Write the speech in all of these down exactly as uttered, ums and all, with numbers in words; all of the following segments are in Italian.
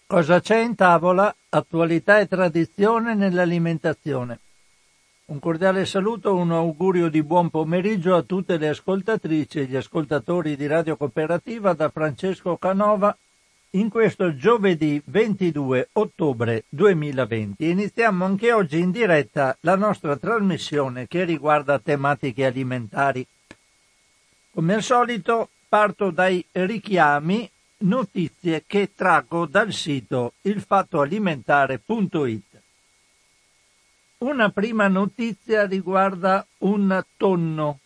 Cosa c'è in tavola? Attualità e tradizione nell'alimentazione. Un cordiale saluto, un augurio di buon pomeriggio a tutte le ascoltatrici e gli ascoltatori di Radio Cooperativa da Francesco Canova in questo giovedì ventidue ottobre duemilaventi. Iniziamo anche oggi in diretta la nostra trasmissione che riguarda tematiche alimentari. Come al solito parto dai richiami, notizie che traggo dal sito ilfattoalimentare punto it. Una prima notizia riguarda un tonno.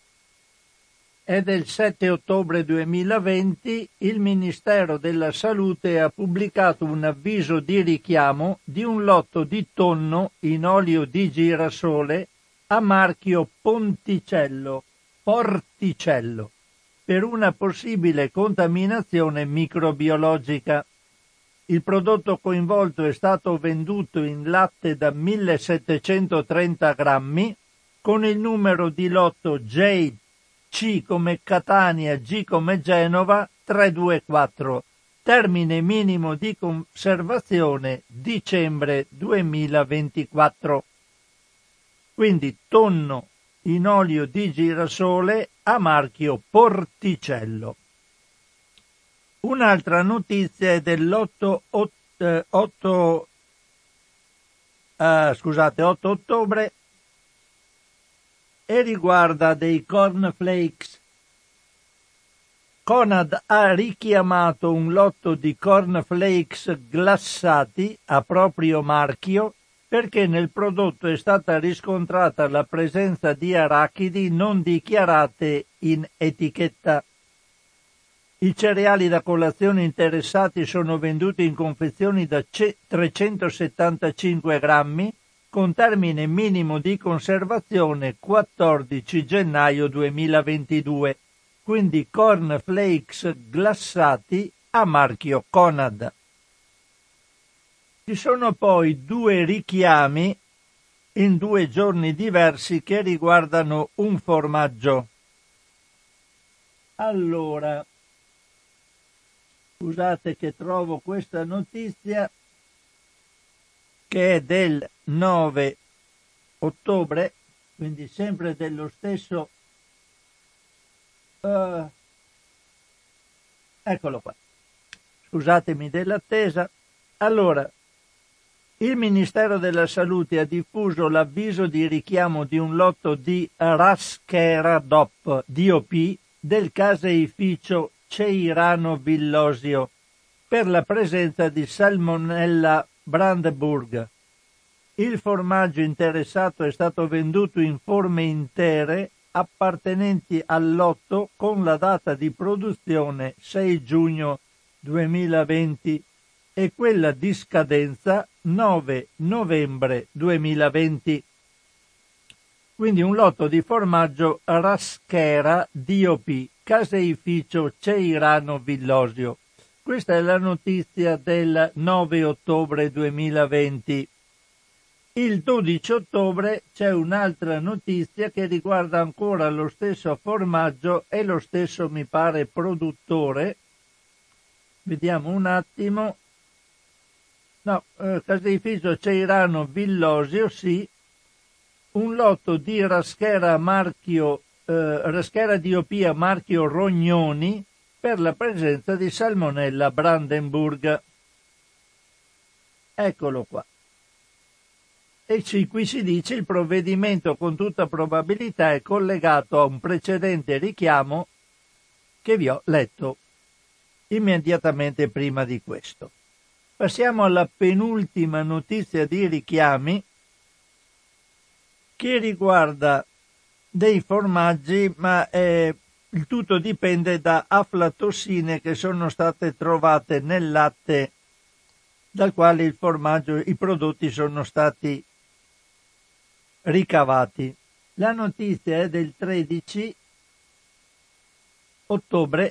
È del sette ottobre duemilaventi, il Ministero della Salute ha pubblicato un avviso di richiamo di un lotto di tonno in olio di girasole a marchio Ponticello, Porticello, per una possibile contaminazione microbiologica. Il prodotto coinvolto è stato venduto in latte da millesettecentotrenta grammi con il numero di lotto J C come Catania, G come Genova trecentoventiquattro, termine minimo di conservazione dicembre duemilaventiquattro. Quindi tonno in olio di girasole a marchio Porticello. Un'altra notizia è dell'otto otto, uh, scusate, otto ottobre e riguarda dei cornflakes. Conad ha richiamato un lotto di cornflakes glassati a proprio marchio perché nel prodotto è stata riscontrata la presenza di arachidi non dichiarate in etichetta. I cereali da colazione interessati sono venduti in confezioni da trecentosettantacinque grammi con termine minimo di conservazione quattordici gennaio duemilaventidue, quindi cornflakes glassati a marchio Conad. Ci sono poi due richiami in due giorni diversi che riguardano un formaggio. Allora, scusate che trovo questa notizia che è del nove ottobre, quindi sempre dello stesso uh, eccolo qua, scusatemi dell'attesa. Allora, il Ministero della Salute ha diffuso l'avviso di richiamo di un lotto di Raschera D O P, D O P del caseificio Ceirano Villosio per la presenza di Salmonella Brandeburg. Il formaggio interessato è stato venduto in forme intere appartenenti al lotto con la data di produzione sei giugno duemilaventi e quella di scadenza nove novembre duemilaventi. Quindi un lotto di formaggio Raschera D O P, caseificio Ceirano Villosio. Questa è la notizia del nove ottobre duemilaventi. Il dodici ottobre c'è un'altra notizia che riguarda ancora lo stesso formaggio e lo stesso, mi pare, produttore. Vediamo un attimo. No, eh, caseificio Ceirano Villosio, sì. Un lotto di Raschera marchio eh, Raschera D O P a marchio Rognoni per la presenza di Salmonella Brandeburg. Eccolo qua. E qui si dice il provvedimento con tutta probabilità è collegato a un precedente richiamo che vi ho letto immediatamente prima di questo. Passiamo alla penultima notizia di richiami che riguarda dei formaggi, ma eh, il tutto dipende da aflatossine che sono state trovate nel latte dal quale il formaggio, i prodotti sono stati ricavati. La notizia è del tredici ottobre.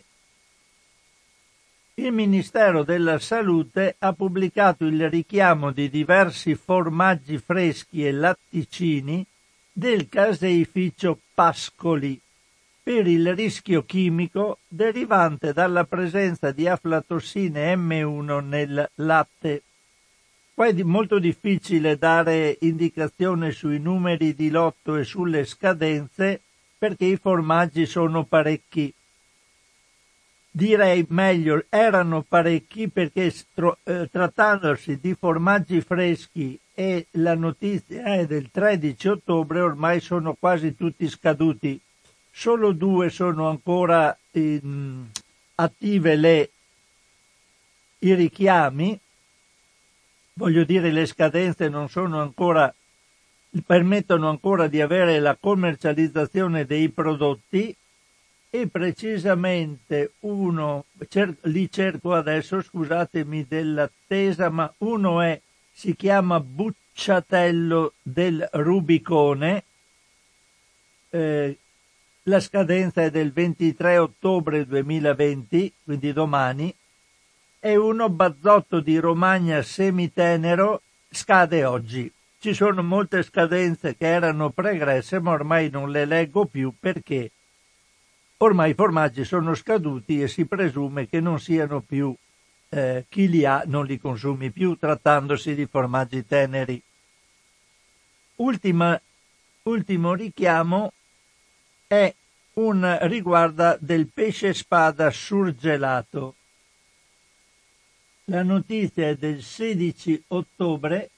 Il Ministero della Salute ha pubblicato il richiamo di diversi formaggi freschi e latticini del caseificio Pascoli per il rischio chimico derivante dalla presenza di aflatossine emme uno nel latte. Qua è molto difficile dare indicazione sui numeri di lotto e sulle scadenze perché i formaggi sono parecchi. Direi meglio, erano parecchi perché eh, trattandosi di formaggi freschi e la notizia è del tredici ottobre, ormai sono quasi tutti scaduti. Solo due sono ancora in, attive le, i richiami, voglio dire le scadenze non sono ancora, permettono ancora di avere la commercializzazione dei prodotti e precisamente uno, cer- li cerco adesso, scusatemi dell'attesa, ma uno è, si chiama Bucciatello del Rubicone, eh, la scadenza è del ventitré ottobre duemilaventi, quindi domani, e uno Bazzotto di Romagna semitenero scade oggi. Ci sono molte scadenze che erano pregresse, ma ormai non le leggo più perché ormai i formaggi sono scaduti e si presume che non siano più, eh, chi li ha non li consumi più, trattandosi di formaggi teneri. Ultima, ultimo richiamo è un riguarda del pesce spada surgelato. La notizia è del sedici ottobre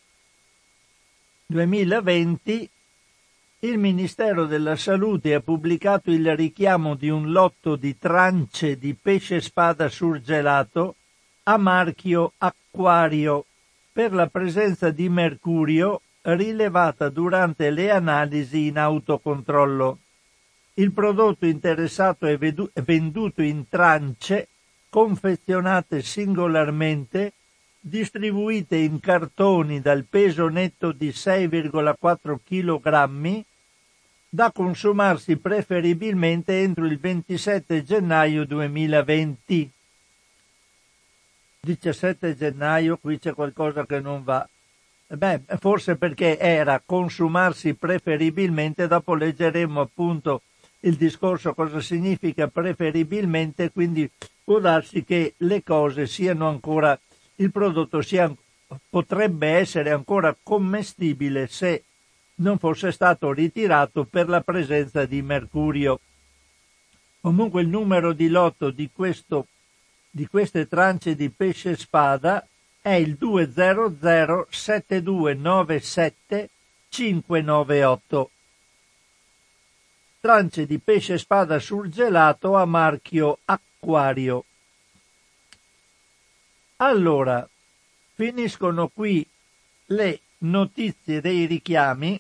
duemilaventi. Il Ministero della Salute ha pubblicato il richiamo di un lotto di trance di pesce spada surgelato a marchio Acquario per la presenza di mercurio rilevata durante le analisi in autocontrollo. Il prodotto interessato è venduto in trance confezionate singolarmente, distribuite in cartoni dal peso netto di sei virgola quattro chilogrammi, da consumarsi preferibilmente entro il ventisette gennaio duemilaventi. diciassette gennaio, qui c'è qualcosa che non va. Beh, forse perché era consumarsi preferibilmente, dopo leggeremo appunto il discorso cosa significa preferibilmente, quindi può darsi che le cose siano ancora, il prodotto sia, potrebbe essere ancora commestibile se non fosse stato ritirato per la presenza di mercurio. Comunque il numero di lotto di questo di queste trance di pesce spada è il due zero zero sette due nove sette cinque nove otto. Trance di pesce spada surgelato a marchio Acquario. Allora, finiscono qui le notizie dei richiami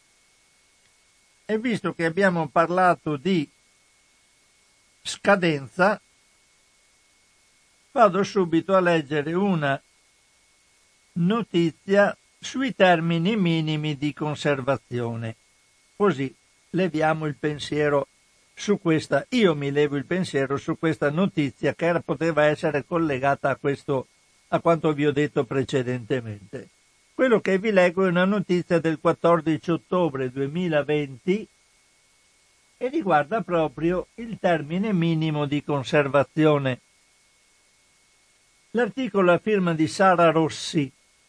e visto che abbiamo parlato di scadenza, vado subito a leggere una notizia sui termini minimi di conservazione. Così leviamo il pensiero su questa, io mi levo il pensiero su questa notizia che era, poteva essere collegata a questo, a quanto vi ho detto precedentemente. Quello che vi leggo è una notizia del quattordici ottobre duemilaventi e riguarda proprio il termine minimo di conservazione. L'articolo a firma di Sara Rossi.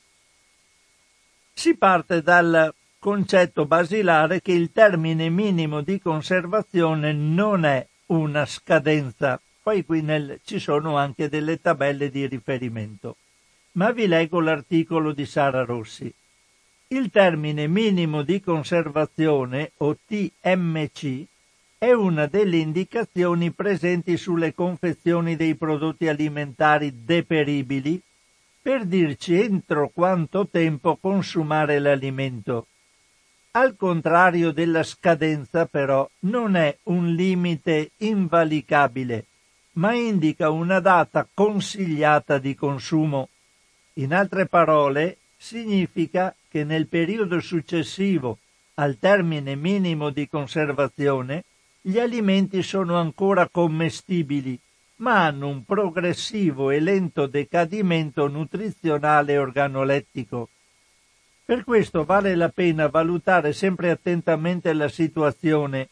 Si parte dal concetto basilare che il termine minimo di conservazione non è una scadenza. Poi qui nel, ci sono anche delle tabelle di riferimento. Ma vi leggo l'articolo di Sara Rossi. Il termine minimo di conservazione, o T M C, è una delle indicazioni presenti sulle confezioni dei prodotti alimentari deperibili per dirci entro quanto tempo consumare l'alimento. Al contrario della scadenza, però, non è un limite invalicabile, ma indica una data consigliata di consumo. In altre parole, significa che nel periodo successivo al termine minimo di conservazione gli alimenti sono ancora commestibili, ma hanno un progressivo e lento decadimento nutrizionale e organolettico. Per questo vale la pena valutare sempre attentamente la situazione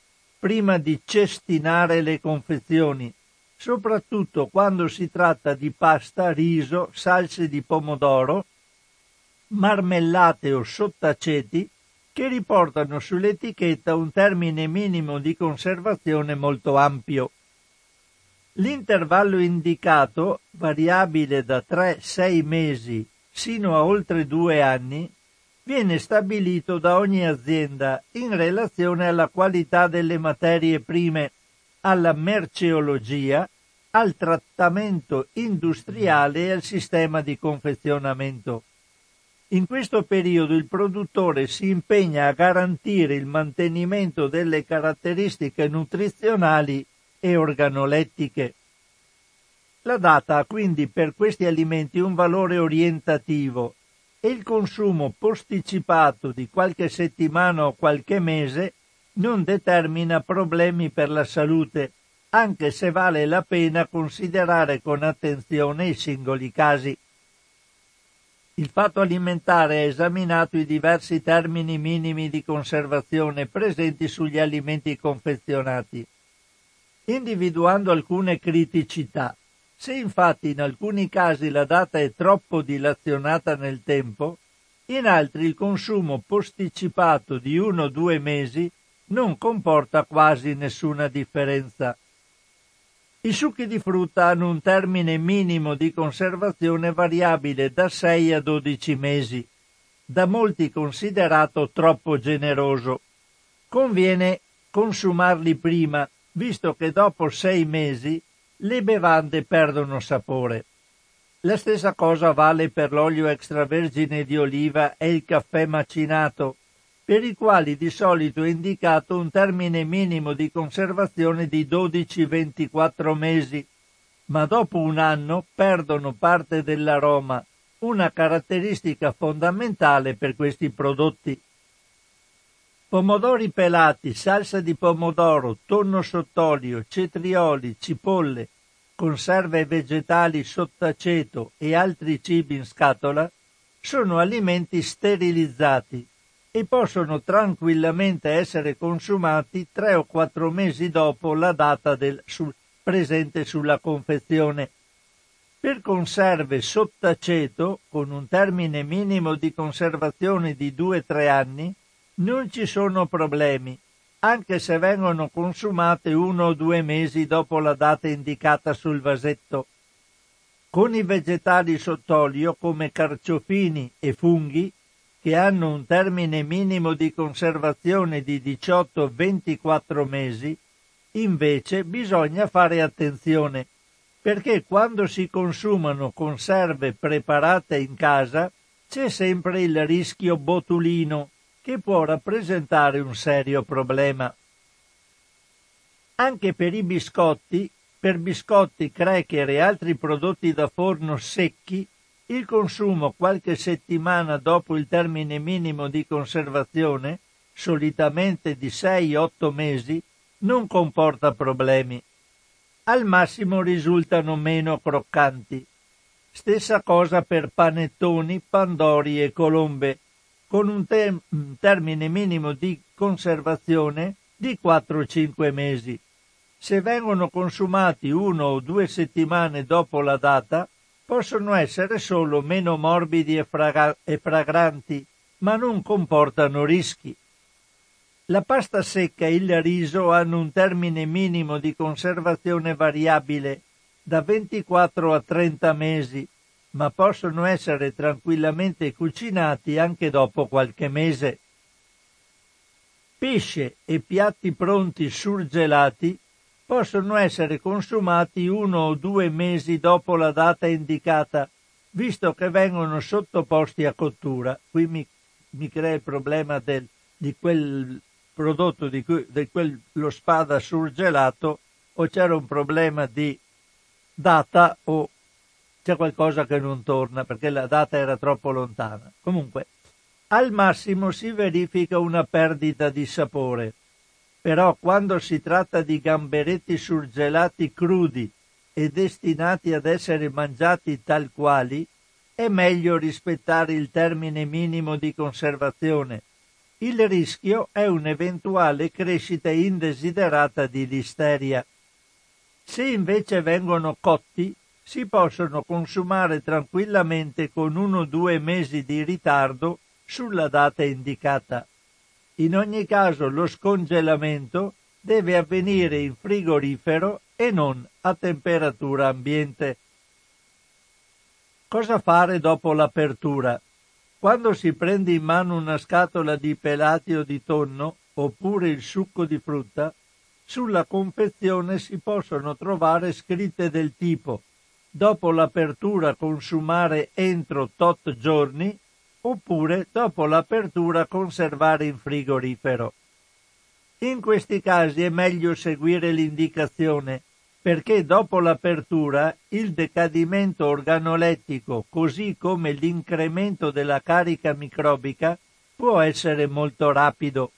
prima di cestinare le confezioni, soprattutto quando si tratta di pasta, riso, salse di pomodoro, marmellate o sottaceti che riportano sull'etichetta un termine minimo di conservazione molto ampio. L'intervallo indicato, variabile da tre a sei mesi sino a oltre due anni, viene stabilito da ogni azienda in relazione alla qualità delle materie prime, alla merceologia, al trattamento industriale e al sistema di confezionamento. In questo periodo il produttore si impegna a garantire il mantenimento delle caratteristiche nutrizionali e organolettiche. La data ha quindi per questi alimenti un valore orientativo e il consumo posticipato di qualche settimana o qualche mese non determina problemi per la salute, anche se vale la pena considerare con attenzione i singoli casi. Il fatto alimentare ha esaminato i diversi termini minimi di conservazione presenti sugli alimenti confezionati, individuando alcune criticità. Se infatti in alcuni casi la data è troppo dilazionata nel tempo, in altri il consumo posticipato di uno o due mesi non comporta quasi nessuna differenza. I succhi di frutta hanno un termine minimo di conservazione variabile da sei a dodici mesi, da molti considerato troppo generoso. Conviene consumarli prima, visto che dopo sei mesi le bevande perdono sapore. La stessa cosa vale per l'olio extravergine di oliva e il caffè macinato, per i quali di solito è indicato un termine minimo di conservazione di dodici ventiquattro mesi, ma dopo un anno perdono parte dell'aroma, una caratteristica fondamentale per questi prodotti. Pomodori pelati, salsa di pomodoro, tonno sott'olio, cetrioli, cipolle, conserve vegetali sott'aceto e altri cibi in scatola sono alimenti sterilizzati e possono tranquillamente essere consumati tre o quattro mesi dopo la data del, sul, presente sulla confezione. Per conserve sott'aceto, con un termine minimo di conservazione di due a tre anni, non ci sono problemi, anche se vengono consumate uno o due mesi dopo la data indicata sul vasetto. Con i vegetali sott'olio come carciofini e funghi, che hanno un termine minimo di conservazione di diciotto ventiquattro mesi, invece bisogna fare attenzione, perché quando si consumano conserve preparate in casa c'è sempre il rischio botulino, che può rappresentare un serio problema. Anche per i biscotti, per biscotti, cracker e altri prodotti da forno secchi, il consumo qualche settimana dopo il termine minimo di conservazione, solitamente di sei a otto mesi, non comporta problemi. Al massimo risultano meno croccanti. Stessa cosa per panettoni, pandori e colombe, con un, te- un termine minimo di conservazione di quattro a cinque mesi. Se vengono consumati uno o due settimane dopo la data, possono essere solo meno morbidi e, fraga- e fragranti, ma non comportano rischi. La pasta secca e il riso hanno un termine minimo di conservazione variabile da ventiquattro a trenta mesi, ma possono essere tranquillamente cucinati anche dopo qualche mese. Pesce e piatti pronti surgelati possono essere consumati uno o due mesi dopo la data indicata, visto che vengono sottoposti a cottura. Qui mi, mi crea il problema del, di quel prodotto, di, cui, di quello spada surgelato, o c'era un problema di data o c'è qualcosa che non torna perché la data era troppo lontana. Comunque, al massimo si verifica una perdita di sapore. Però quando si tratta di gamberetti surgelati crudi e destinati ad essere mangiati tal quali, è meglio rispettare il termine minimo di conservazione Il rischio è un'eventuale crescita indesiderata di listeria. Se invece vengono cotti, si possono consumare tranquillamente con uno o due mesi di ritardo sulla data indicata. In ogni caso lo scongelamento deve avvenire in frigorifero e non a temperatura ambiente. Cosa fare dopo l'apertura? Quando si prende in mano una scatola di pelati o di tonno, oppure il succo di frutta, sulla confezione si possono trovare scritte del tipo dopo l'apertura consumare entro tot giorni, oppure dopo l'apertura conservare in frigorifero. In questi casi è meglio seguire l'indicazione, perché dopo l'apertura il decadimento organolettico, così come l'incremento della carica microbica, può essere molto rapido.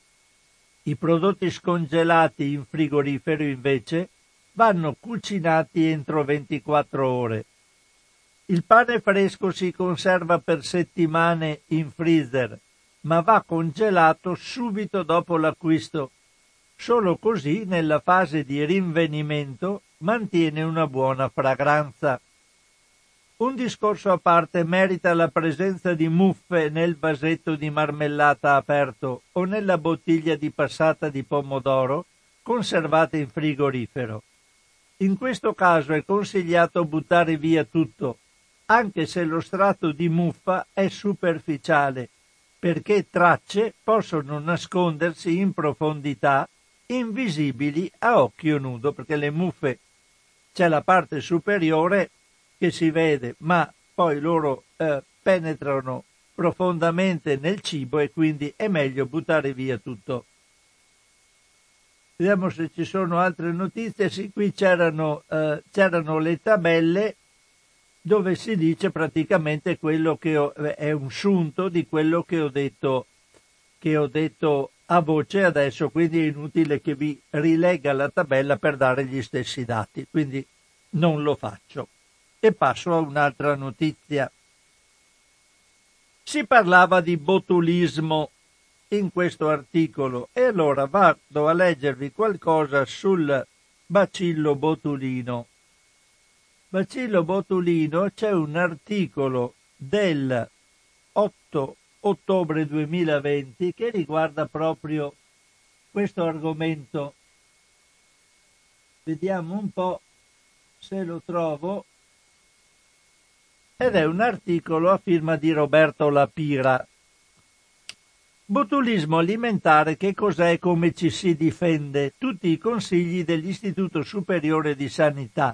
I prodotti scongelati in frigorifero, invece, vanno cucinati entro ventiquattro ore. Il pane fresco si conserva per settimane in freezer, ma va congelato subito dopo l'acquisto. Solo così, nella fase di rinvenimento, mantiene una buona fragranza. Un discorso a parte merita la presenza di muffe nel vasetto di marmellata aperto o nella bottiglia di passata di pomodoro conservata in frigorifero. In questo caso è consigliato buttare via tutto, anche se lo strato di muffa è superficiale, perché tracce possono nascondersi in profondità invisibili a occhio nudo, perché le muffe c'è la parte superiore che si vede, ma poi loro eh, penetrano profondamente nel cibo e quindi è meglio buttare via tutto. Vediamo se ci sono altre notizie. Sì, qui c'erano, eh, c'erano le tabelle dove si dice praticamente quello che ho, è un sunto di quello che ho detto, che ho detto a voce adesso, quindi è inutile che vi rilegga la tabella per dare gli stessi dati, quindi non lo faccio. E passo a un'altra notizia. Si parlava di botulismo in questo articolo e allora vado a leggervi qualcosa sul bacillo botulino. Bacillo botulino, c'è un articolo del otto ottobre duemilaventi che riguarda proprio questo argomento. Vediamo un po' se lo trovo. Ed è un articolo a firma di Roberto Lapira. Botulismo alimentare, che cos'è e come ci si difende? Tutti i consigli dell'Istituto Superiore di Sanità.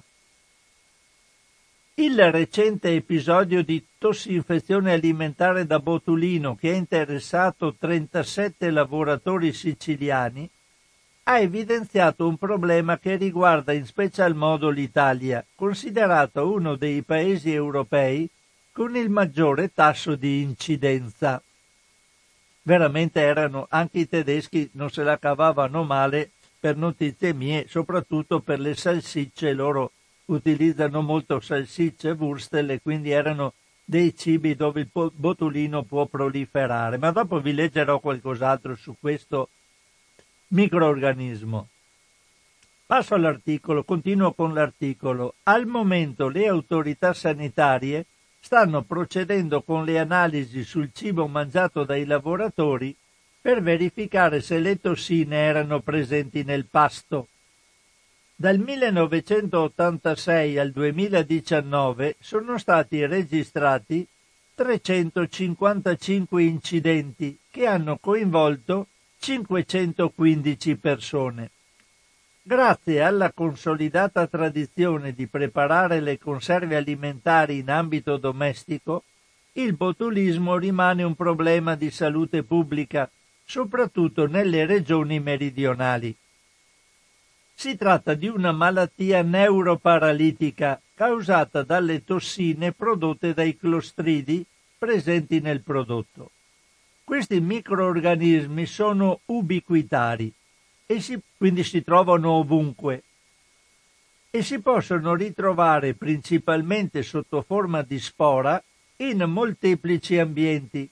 Il recente episodio di tossinfezione alimentare da botulino che ha interessato trentasette lavoratori siciliani ha evidenziato un problema che riguarda in special modo l'Italia, considerato uno dei paesi europei con il maggiore tasso di incidenza. Veramente erano, anche i tedeschi non se la cavavano male per notizie mie, soprattutto per le salsicce. Loro utilizzano molto salsicce, wurstel, e quindi erano dei cibi dove il botulino può proliferare. Ma dopo vi leggerò qualcos'altro su questo microorganismo. Passo all'articolo, continuo con l'articolo. Al momento le autorità sanitarie stanno procedendo con le analisi sul cibo mangiato dai lavoratori per verificare se le tossine erano presenti nel pasto. Dal millenovecentottantasei al duemiladiciannove sono stati registrati trecentocinquantacinque incidenti che hanno coinvolto cinquecentoquindici persone. Grazie alla consolidata tradizione di preparare le conserve alimentari in ambito domestico, il botulismo rimane un problema di salute pubblica, soprattutto nelle regioni meridionali. Si tratta di una malattia neuroparalitica causata dalle tossine prodotte dai clostridi presenti nel prodotto. Questi microorganismi sono ubiquitari e si, quindi si trovano ovunque e si possono ritrovare principalmente sotto forma di spora in molteplici ambienti,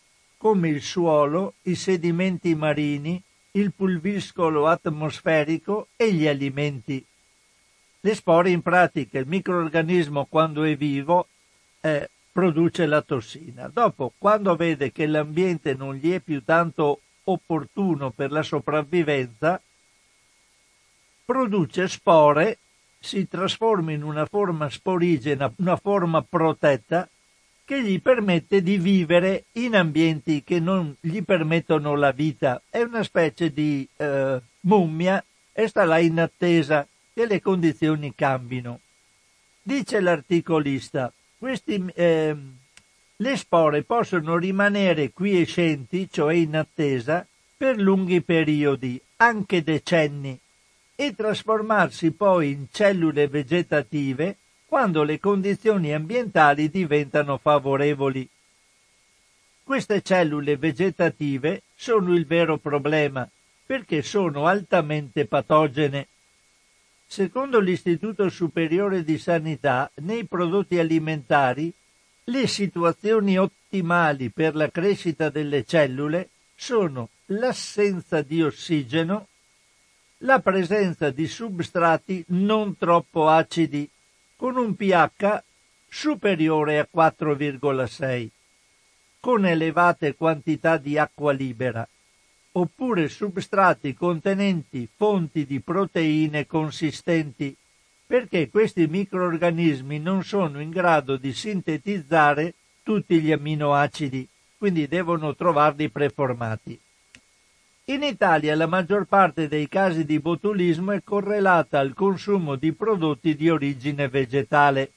come il suolo, i sedimenti marini, il pulviscolo atmosferico e gli alimenti. Le spore, in pratica, il microrganismo quando è vivo eh, produce la tossina. Dopo, quando vede che l'ambiente non gli è più tanto opportuno per la sopravvivenza, produce spore, si trasforma in una forma sporigena, una forma protetta, che gli permette di vivere in ambienti che non gli permettono la vita. È una specie di eh, mummia e sta là in attesa che le condizioni cambino. Dice l'articolista, questi, eh, le spore possono rimanere quiescenti, cioè in attesa, per lunghi periodi, anche decenni, e trasformarsi poi in cellule vegetative quando le condizioni ambientali diventano favorevoli. Queste cellule vegetative sono il vero problema, perché sono altamente patogene. Secondo l'Istituto Superiore di Sanità, nei prodotti alimentari, le situazioni ottimali per la crescita delle cellule sono l'assenza di ossigeno, la presenza di substrati non troppo acidi, con un pH superiore a quattro virgola sei, con elevate quantità di acqua libera, oppure substrati contenenti fonti di proteine consistenti, perché questi microrganismi non sono in grado di sintetizzare tutti gli amminoacidi, quindi devono trovarli preformati. In Italia la maggior parte dei casi di botulismo è correlata al consumo di prodotti di origine vegetale.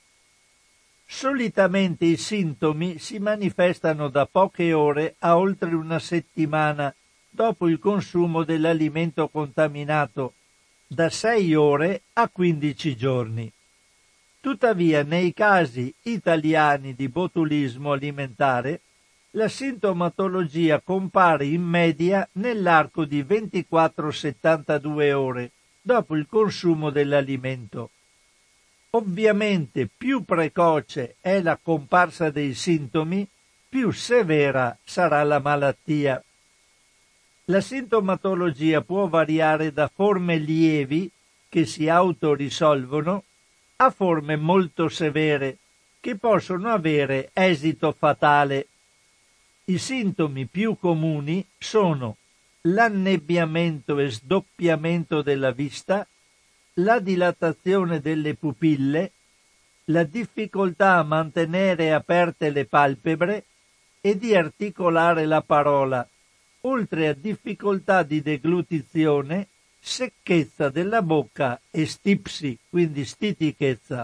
Solitamente i sintomi si manifestano da poche ore a oltre una settimana dopo il consumo dell'alimento contaminato, da sei ore a quindici giorni. Tuttavia, nei casi italiani di botulismo alimentare, la sintomatologia compare in media nell'arco di ventiquattro settantadue ore dopo il consumo dell'alimento. Ovviamente più precoce è la comparsa dei sintomi, più severa sarà la malattia. La sintomatologia può variare da forme lievi che si autorisolvono a forme molto severe che possono avere esito fatale. I sintomi più comuni sono l'annebbiamento e sdoppiamento della vista, la dilatazione delle pupille, la difficoltà a mantenere aperte le palpebre e di articolare la parola, oltre a difficoltà di deglutizione, secchezza della bocca e stipsi, quindi stitichezza.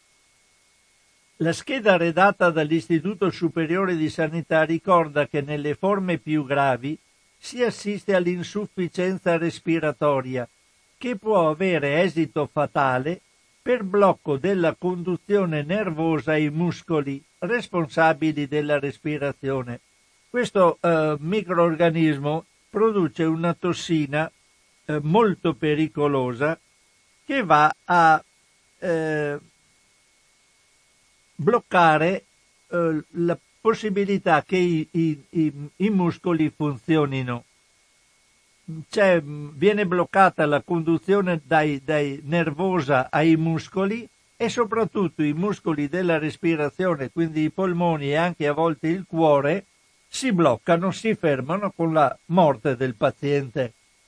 La scheda redatta dall'Istituto Superiore di Sanità ricorda che nelle forme più gravi si assiste all'insufficienza respiratoria, che può avere esito fatale per blocco della conduzione nervosa ai muscoli responsabili della respirazione. Questo eh, microorganismo produce una tossina eh, molto pericolosa che va a eh, bloccare eh, la possibilità che i, i, i, i muscoli funzionino. C'è, viene bloccata la conduzione dai, dai nervosa ai muscoli e soprattutto i muscoli della respirazione, quindi i polmoni e anche a volte il cuore, si bloccano, si fermano con la morte del paziente.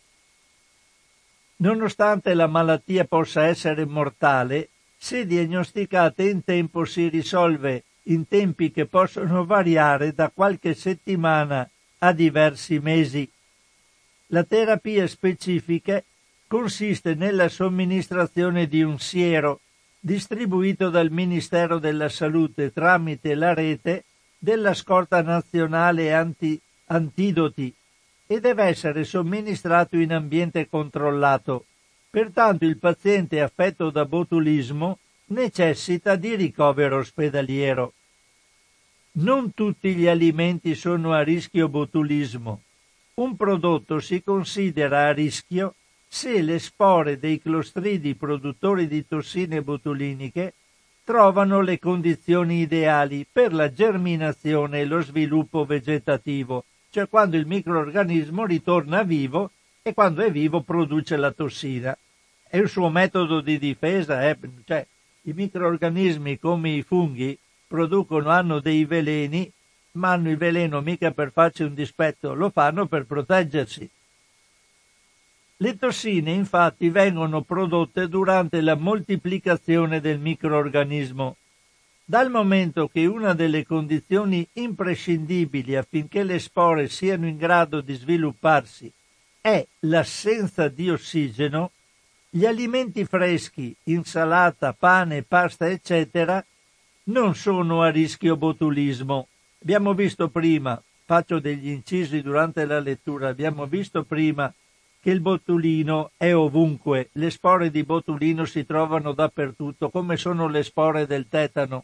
Nonostante la malattia possa essere mortale, se diagnosticata in tempo si risolve in tempi che possono variare da qualche settimana a diversi mesi. La terapia specifica consiste nella somministrazione di un siero distribuito dal Ministero della Salute tramite la rete della scorta nazionale anti, antidoti e deve essere somministrato in ambiente controllato. Pertanto il paziente affetto da botulismo necessita di ricovero ospedaliero. Non tutti gli alimenti sono a rischio botulismo. Un prodotto si considera a rischio se le spore dei clostridi produttori di tossine botuliniche trovano le condizioni ideali per la germinazione e lo sviluppo vegetativo, cioè quando il microrganismo ritorna vivo e quando è vivo produce la tossina. È il suo metodo di difesa, eh? Cioè, i microrganismi come i funghi producono, hanno dei veleni, ma hanno il veleno mica per farci un dispetto, lo fanno per proteggersi. Le tossine infatti vengono prodotte durante la moltiplicazione del microrganismo. Dal momento che una delle condizioni imprescindibili affinché le spore siano in grado di svilupparsi è l'assenza di ossigeno, gli alimenti freschi, insalata, pane, pasta, eccetera, non sono a rischio botulismo. Abbiamo visto prima, faccio degli incisi durante la lettura, abbiamo visto prima che il botulino è ovunque, le spore di botulino si trovano dappertutto, come sono le spore del tetano.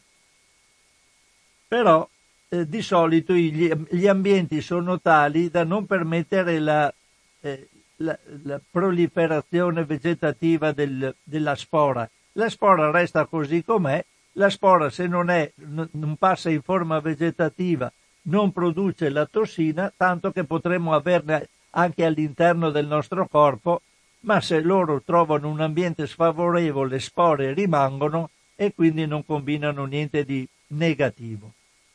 Però eh, di solito gli, gli ambienti sono tali da non permettere la, eh, la, la proliferazione vegetativa del, della spora. La spora resta così com'è, la spora se non, è, n- non passa in forma vegetativa non produce la tossina, tanto che potremmo averne anche all'interno del nostro corpo, ma se loro trovano un ambiente sfavorevole, spore rimangono e quindi non combinano niente di negativo.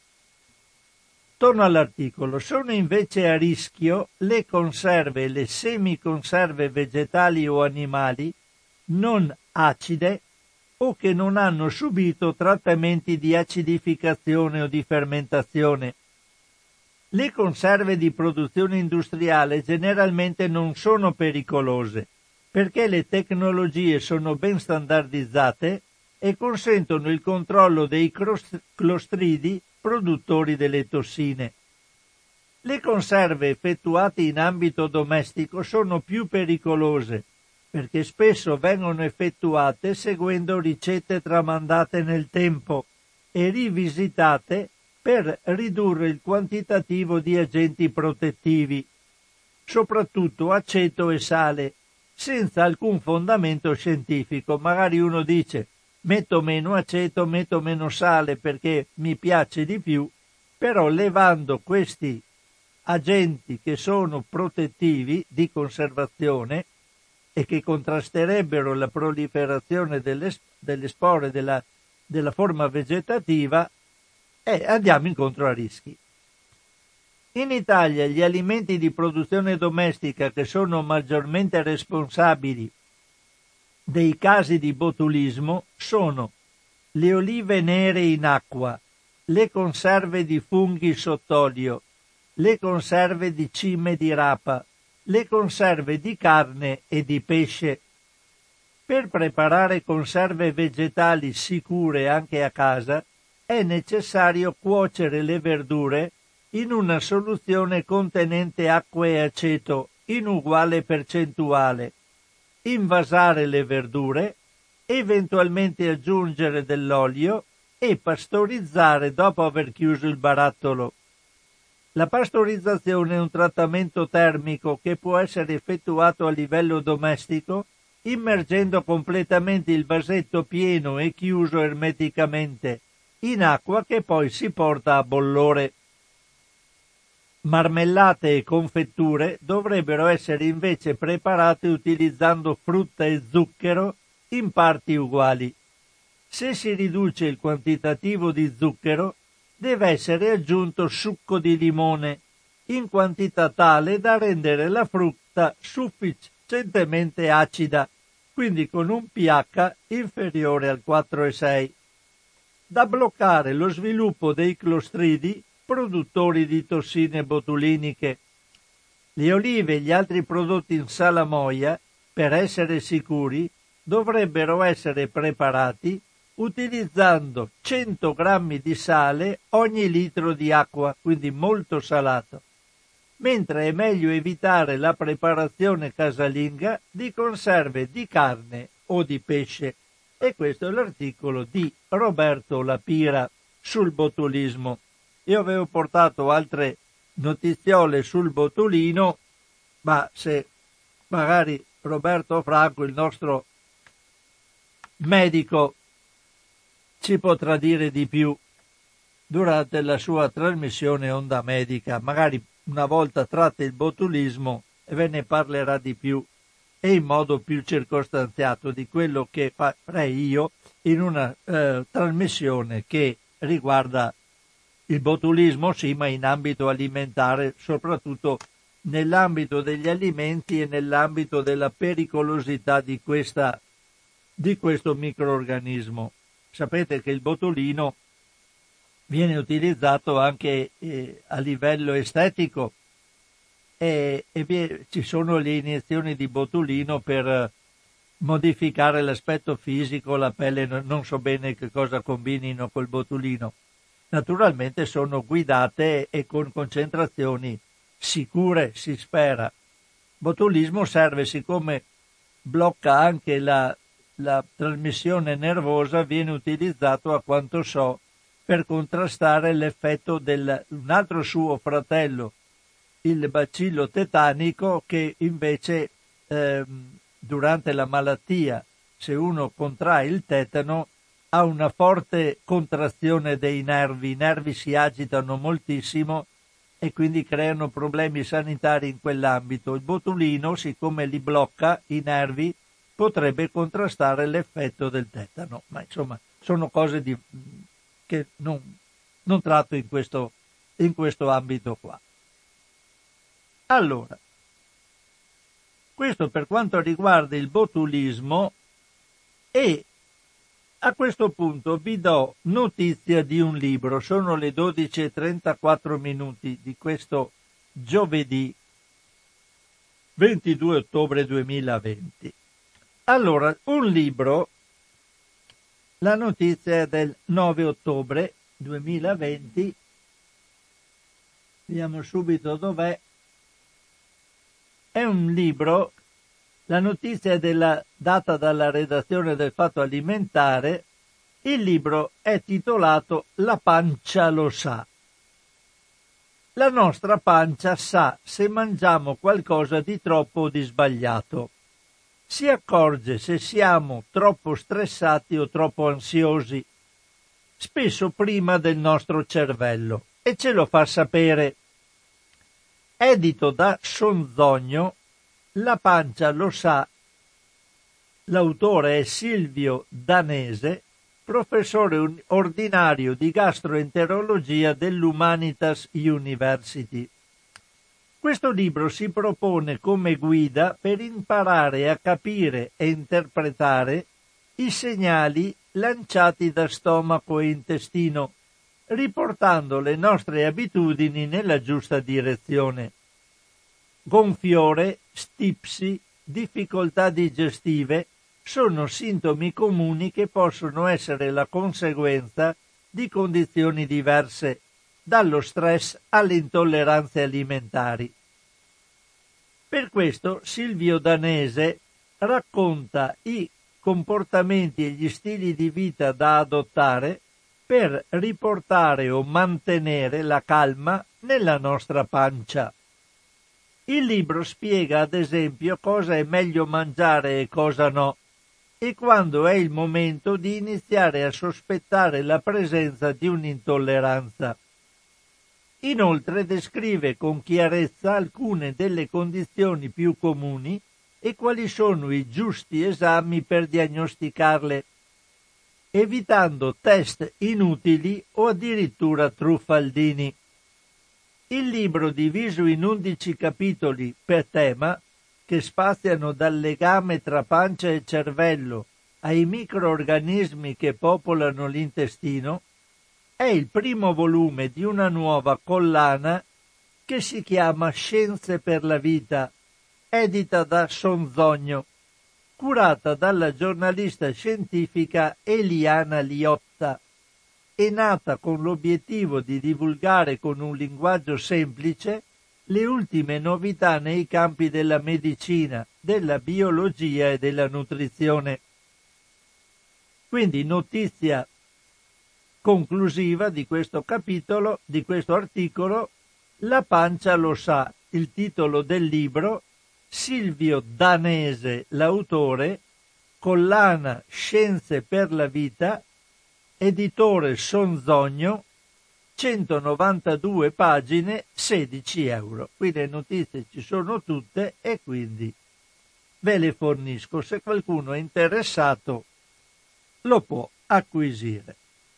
Torno all'articolo. Sono invece a rischio le conserve e le semiconserve vegetali o animali non acide o che non hanno subito trattamenti di acidificazione o di fermentazione. Le conserve di produzione industriale generalmente non sono pericolose perché le tecnologie sono ben standardizzate e consentono il controllo dei clostridi produttori delle tossine. Le conserve effettuate in ambito domestico sono più pericolose perché spesso vengono effettuate seguendo ricette tramandate nel tempo e rivisitate per ridurre il quantitativo di agenti protettivi, soprattutto aceto e sale, senza alcun fondamento scientifico. Magari uno dice metto meno aceto, metto meno sale perché mi piace di più, però levando questi agenti che sono protettivi di conservazione e che contrasterebbero la proliferazione delle, delle spore della, della forma vegetativa, e andiamo incontro a rischi. In Italia gli alimenti di produzione domestica che sono maggiormente responsabili dei casi di botulismo sono le olive nere in acqua, le conserve di funghi sott'olio, le conserve di cime di rapa, le conserve di carne e di pesce. Per preparare conserve vegetali sicure anche a casa è necessario cuocere le verdure in una soluzione contenente acqua e aceto in uguale percentuale, invasare le verdure, eventualmente aggiungere dell'olio e pastorizzare dopo aver chiuso il barattolo. La pastorizzazione è un trattamento termico che può essere effettuato a livello domestico immergendo completamente il vasetto pieno e chiuso ermeticamente in acqua che poi si porta a bollore. Marmellate e confetture dovrebbero essere invece preparate utilizzando frutta e zucchero in parti uguali. Se si riduce il quantitativo di zucchero, deve essere aggiunto succo di limone in quantità tale da rendere la frutta sufficientemente acida, quindi con un pH inferiore al quattro virgola sei. Da bloccare lo sviluppo dei clostridi produttori di tossine botuliniche. Le olive e gli altri prodotti in salamoia, per essere sicuri, dovrebbero essere preparati utilizzando cento grammi di sale ogni litro di acqua, quindi molto salato, mentre è meglio evitare la preparazione casalinga di conserve di carne o di pesce. E questo è l'articolo di Roberto Lapira sul botulismo. Io avevo portato altre notiziole sul botulino, ma se magari Roberto Franco, il nostro medico, ci potrà dire di più durante la sua trasmissione Onda Medica. Magari una volta tratta il botulismo e ve ne parlerà di più e in modo più circostanziato di quello che farei io in una eh, trasmissione che riguarda il botulismo, sì, ma in ambito alimentare, soprattutto nell'ambito degli alimenti e nell'ambito della pericolosità di questa di questo microorganismo. Sapete che il botulino viene utilizzato anche eh, a livello estetico e, e vi, ci sono le iniezioni di botulino per eh, modificare l'aspetto fisico, la pelle, non so bene che cosa combinino col botulino. Naturalmente sono guidate e con concentrazioni sicure, si spera. Botulismo serve, siccome blocca anche la la trasmissione nervosa, viene utilizzato, a quanto so, per contrastare l'effetto del un altro suo fratello, il bacillo tetanico, che invece ehm, durante la malattia, se uno contrae il tetano, ha una forte contrazione dei nervi, i nervi si agitano moltissimo e quindi creano problemi sanitari in quell'ambito. Il botulino, siccome li blocca i nervi, potrebbe contrastare l'effetto del tetano, ma insomma sono cose di, che non, non tratto in questo, in questo ambito qua. Allora, questo per quanto riguarda il botulismo, e a questo punto vi do notizia di un libro. Sono le dodici e trentaquattro minuti di questo giovedì ventidue ottobre duemilaventi. Allora, un libro, la notizia è del nove ottobre duemilaventi, vediamo subito dov'è, è un libro, la notizia è della, data dalla redazione del Fatto Alimentare, il libro è titolato La pancia lo sa. La nostra pancia sa se mangiamo qualcosa di troppo o di sbagliato. Si accorge se siamo troppo stressati o troppo ansiosi, spesso prima del nostro cervello, e ce lo fa sapere. Edito da Sonzogno, La pancia lo sa. L'autore è Silvio Danese, professore ordinario di gastroenterologia dell'Humanitas University. Questo libro si propone come guida per imparare a capire e interpretare i segnali lanciati da stomaco e intestino, riportando le nostre abitudini nella giusta direzione. Gonfiore, stipsi, difficoltà digestive sono sintomi comuni che possono essere la conseguenza di condizioni diverse, dallo stress alle intolleranze alimentari. Per questo Silvio Danese racconta i comportamenti e gli stili di vita da adottare per riportare o mantenere la calma nella nostra pancia. Il libro spiega ad esempio cosa è meglio mangiare e cosa no, e quando è il momento di iniziare a sospettare la presenza di un'intolleranza. Inoltre descrive con chiarezza alcune delle condizioni più comuni e quali sono i giusti esami per diagnosticarle, evitando test inutili o addirittura truffaldini. Il libro, diviso in undici capitoli per tema, che spaziano dal legame tra pancia e cervello ai microorganismi che popolano l'intestino, è il primo volume di una nuova collana che si chiama Scienze per la vita, edita da Sonzogno, curata dalla giornalista scientifica Eliana Liotta, e nata con l'obiettivo di divulgare con un linguaggio semplice le ultime novità nei campi della medicina, della biologia e della nutrizione. Quindi notizia conclusiva di questo capitolo, di questo articolo, La pancia lo sa, il titolo del libro, Silvio Danese, l'autore, collana Scienze per la vita, editore Sonzogno, centonovantadue pagine, sedici euro. Qui le notizie ci sono tutte e quindi ve le fornisco. Se qualcuno è interessato lo può acquisire.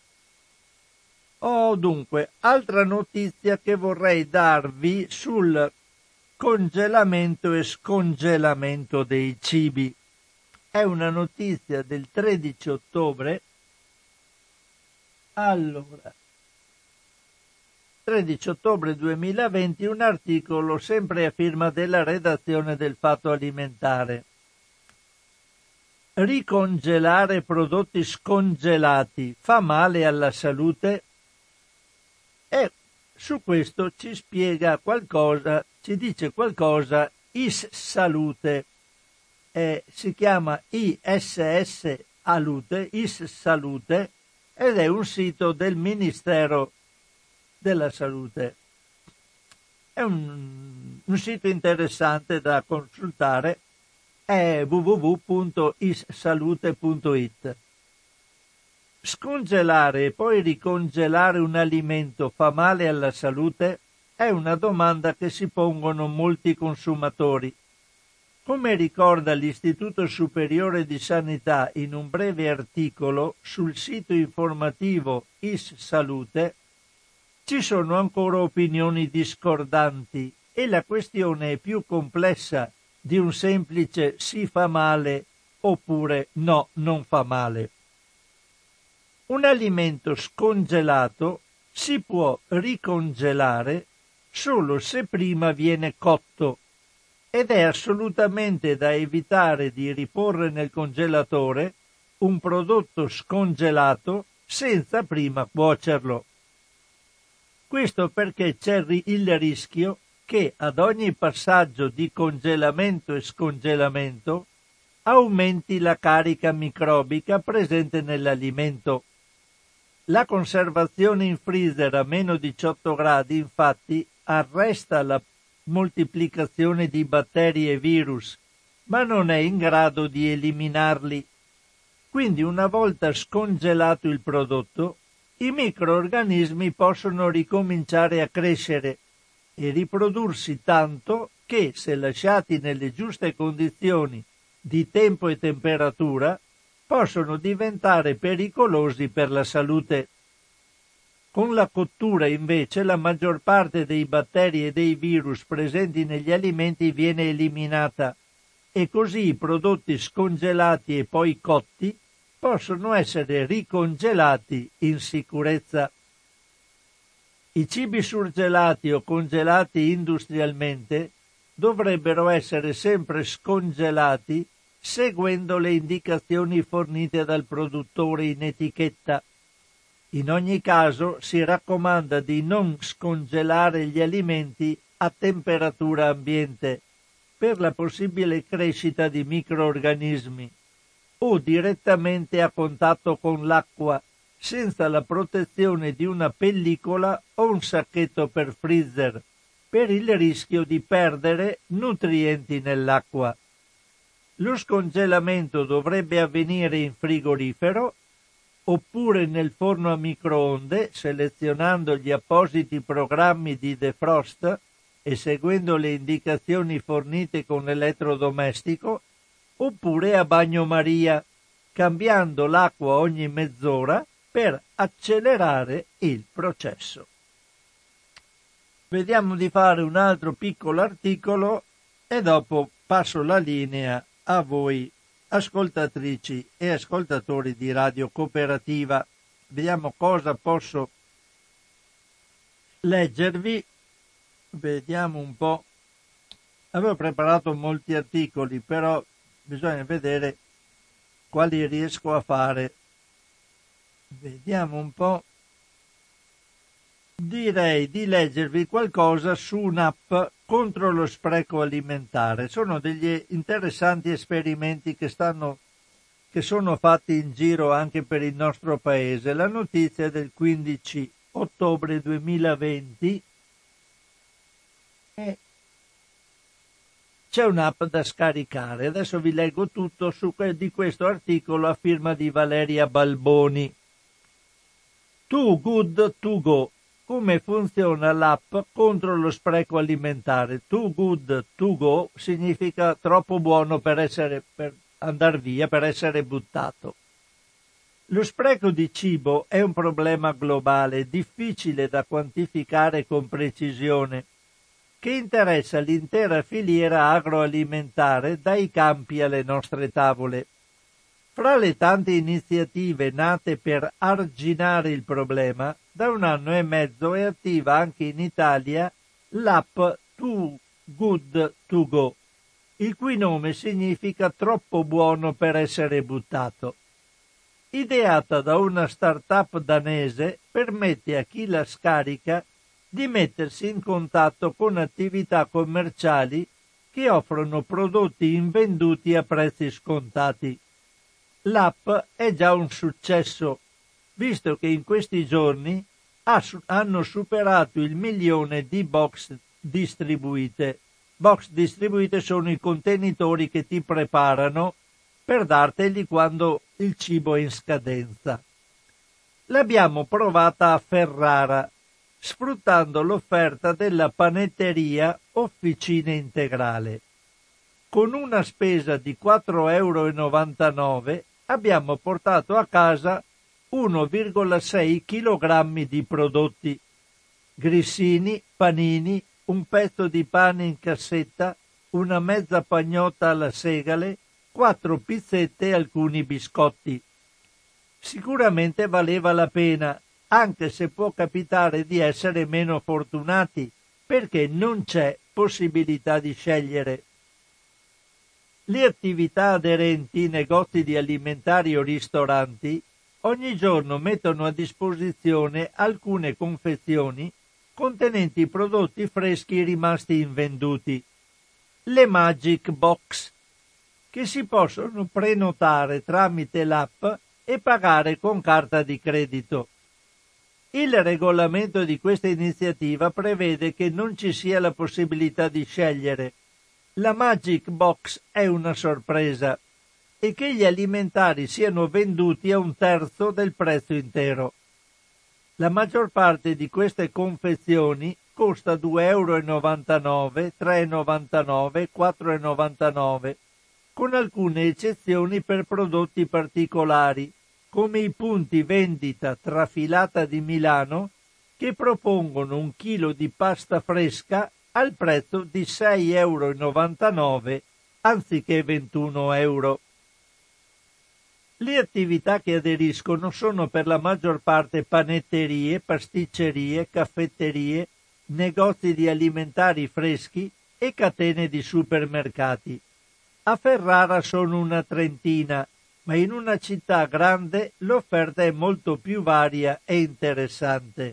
Oh, dunque, altra notizia che vorrei darvi sul congelamento e scongelamento dei cibi. È una notizia del tredici ottobre. Allora, tredici ottobre duemilaventi, un articolo sempre a firma della redazione del Fatto Alimentare. Ricongelare prodotti scongelati fa male alla salute? E su questo ci spiega qualcosa, ci dice qualcosa Is Salute, eh, si chiama I S S Alute, Is Salute, ed è un sito del Ministero della Salute. È un, un sito interessante da consultare, è w w w punto is salute punto i t. Scongelare e poi ricongelare un alimento fa male alla salute? È una domanda che si pongono molti consumatori. Come ricorda l'Istituto Superiore di Sanità in un breve articolo sul sito informativo Is Salute, ci sono ancora opinioni discordanti e la questione è più complessa di un semplice si fa male oppure no, non fa male. Un alimento scongelato si può ricongelare solo se prima viene cotto ed è assolutamente da evitare di riporre nel congelatore un prodotto scongelato senza prima cuocerlo. Questo perché c'è il rischio che ad ogni passaggio di congelamento e scongelamento aumenti la carica microbica presente nell'alimento. La conservazione in freezer a meno diciotto gradi, infatti, arresta la moltiplicazione di batteri e virus, ma non è in grado di eliminarli. Quindi, una volta scongelato il prodotto, i microrganismi possono ricominciare a crescere e riprodursi tanto che, se lasciati nelle giuste condizioni di tempo e temperatura, possono diventare pericolosi per la salute. Con la cottura, invece, la maggior parte dei batteri e dei virus presenti negli alimenti viene eliminata e così i prodotti scongelati e poi cotti possono essere ricongelati in sicurezza. I cibi surgelati o congelati industrialmente dovrebbero essere sempre scongelati seguendo le indicazioni fornite dal produttore in etichetta. In ogni caso si raccomanda di non scongelare gli alimenti a temperatura ambiente per la possibile crescita di microrganismi o direttamente a contatto con l'acqua senza la protezione di una pellicola o un sacchetto per freezer per il rischio di perdere nutrienti nell'acqua. Lo scongelamento dovrebbe avvenire in frigorifero oppure nel forno a microonde, selezionando gli appositi programmi di defrost e seguendo le indicazioni fornite con l'elettrodomestico, oppure a bagnomaria, cambiando l'acqua ogni mezz'ora per accelerare il processo. Vediamo di fare un altro piccolo articolo e dopo passo la linea a voi ascoltatrici e ascoltatori di Radio Cooperativa. Vediamo cosa posso leggervi. Vediamo un po'. Avevo preparato molti articoli, però bisogna vedere quali riesco a fare. Vediamo un po'. Direi di leggervi qualcosa su un'app contro lo spreco alimentare. Sono degli interessanti esperimenti che stanno che sono fatti in giro anche per il nostro paese. La notizia è del quindici ottobre duemilaventi e c'è un'app da scaricare. Adesso vi leggo tutto su que- di questo articolo a firma di Valeria Balboni. Too Good To Go. Come funziona l'app contro lo spreco alimentare? Too Good To Go significa troppo buono per essere per andare via, per essere buttato. Lo spreco di cibo è un problema globale, difficile da quantificare con precisione, che interessa l'intera filiera agroalimentare dai campi alle nostre tavole. Fra le tante iniziative nate per arginare il problema, da un anno e mezzo è attiva anche in Italia l'app Too Good To Go, il cui nome significa troppo buono per essere buttato. Ideata da una start-up danese, permette a chi la scarica di mettersi in contatto con attività commerciali che offrono prodotti invenduti a prezzi scontati. L'app è già un successo, visto che in questi giorni ha, hanno superato il milione di box distribuite. Box distribuite sono i contenitori che ti preparano per darteli quando il cibo è in scadenza. L'abbiamo provata a Ferrara, sfruttando l'offerta della panetteria Officina Integrale. Con una spesa di quattro virgola novantanove euro abbiamo portato a casa uno virgola sei chilogrammi di prodotti: grissini, panini, un pezzo di pane in cassetta, una mezza pagnotta alla segale, quattro pizzette e alcuni biscotti. Sicuramente valeva la pena, anche se può capitare di essere meno fortunati, perché non c'è possibilità di scegliere. Le attività aderenti, negozi di alimentari o ristoranti, ogni giorno mettono a disposizione alcune confezioni contenenti prodotti freschi rimasti invenduti, le Magic Box, che si possono prenotare tramite l'app e pagare con carta di credito. Il regolamento di questa iniziativa prevede che non ci sia la possibilità di scegliere. La Magic Box è una sorpresa e che gli alimentari siano venduti a un terzo del prezzo intero. La maggior parte di queste confezioni costa due virgola novantanove euro, tre virgola novantanove, quattro virgola novantanove, con alcune eccezioni per prodotti particolari, come i punti vendita Trafilata di Milano, che propongono un chilo di pasta fresca al prezzo di sei virgola novantanove euro anziché ventuno euro. Le attività che aderiscono sono per la maggior parte panetterie, pasticcerie, caffetterie, negozi di alimentari freschi e catene di supermercati. A Ferrara sono una trentina, ma in una città grande l'offerta è molto più varia e interessante.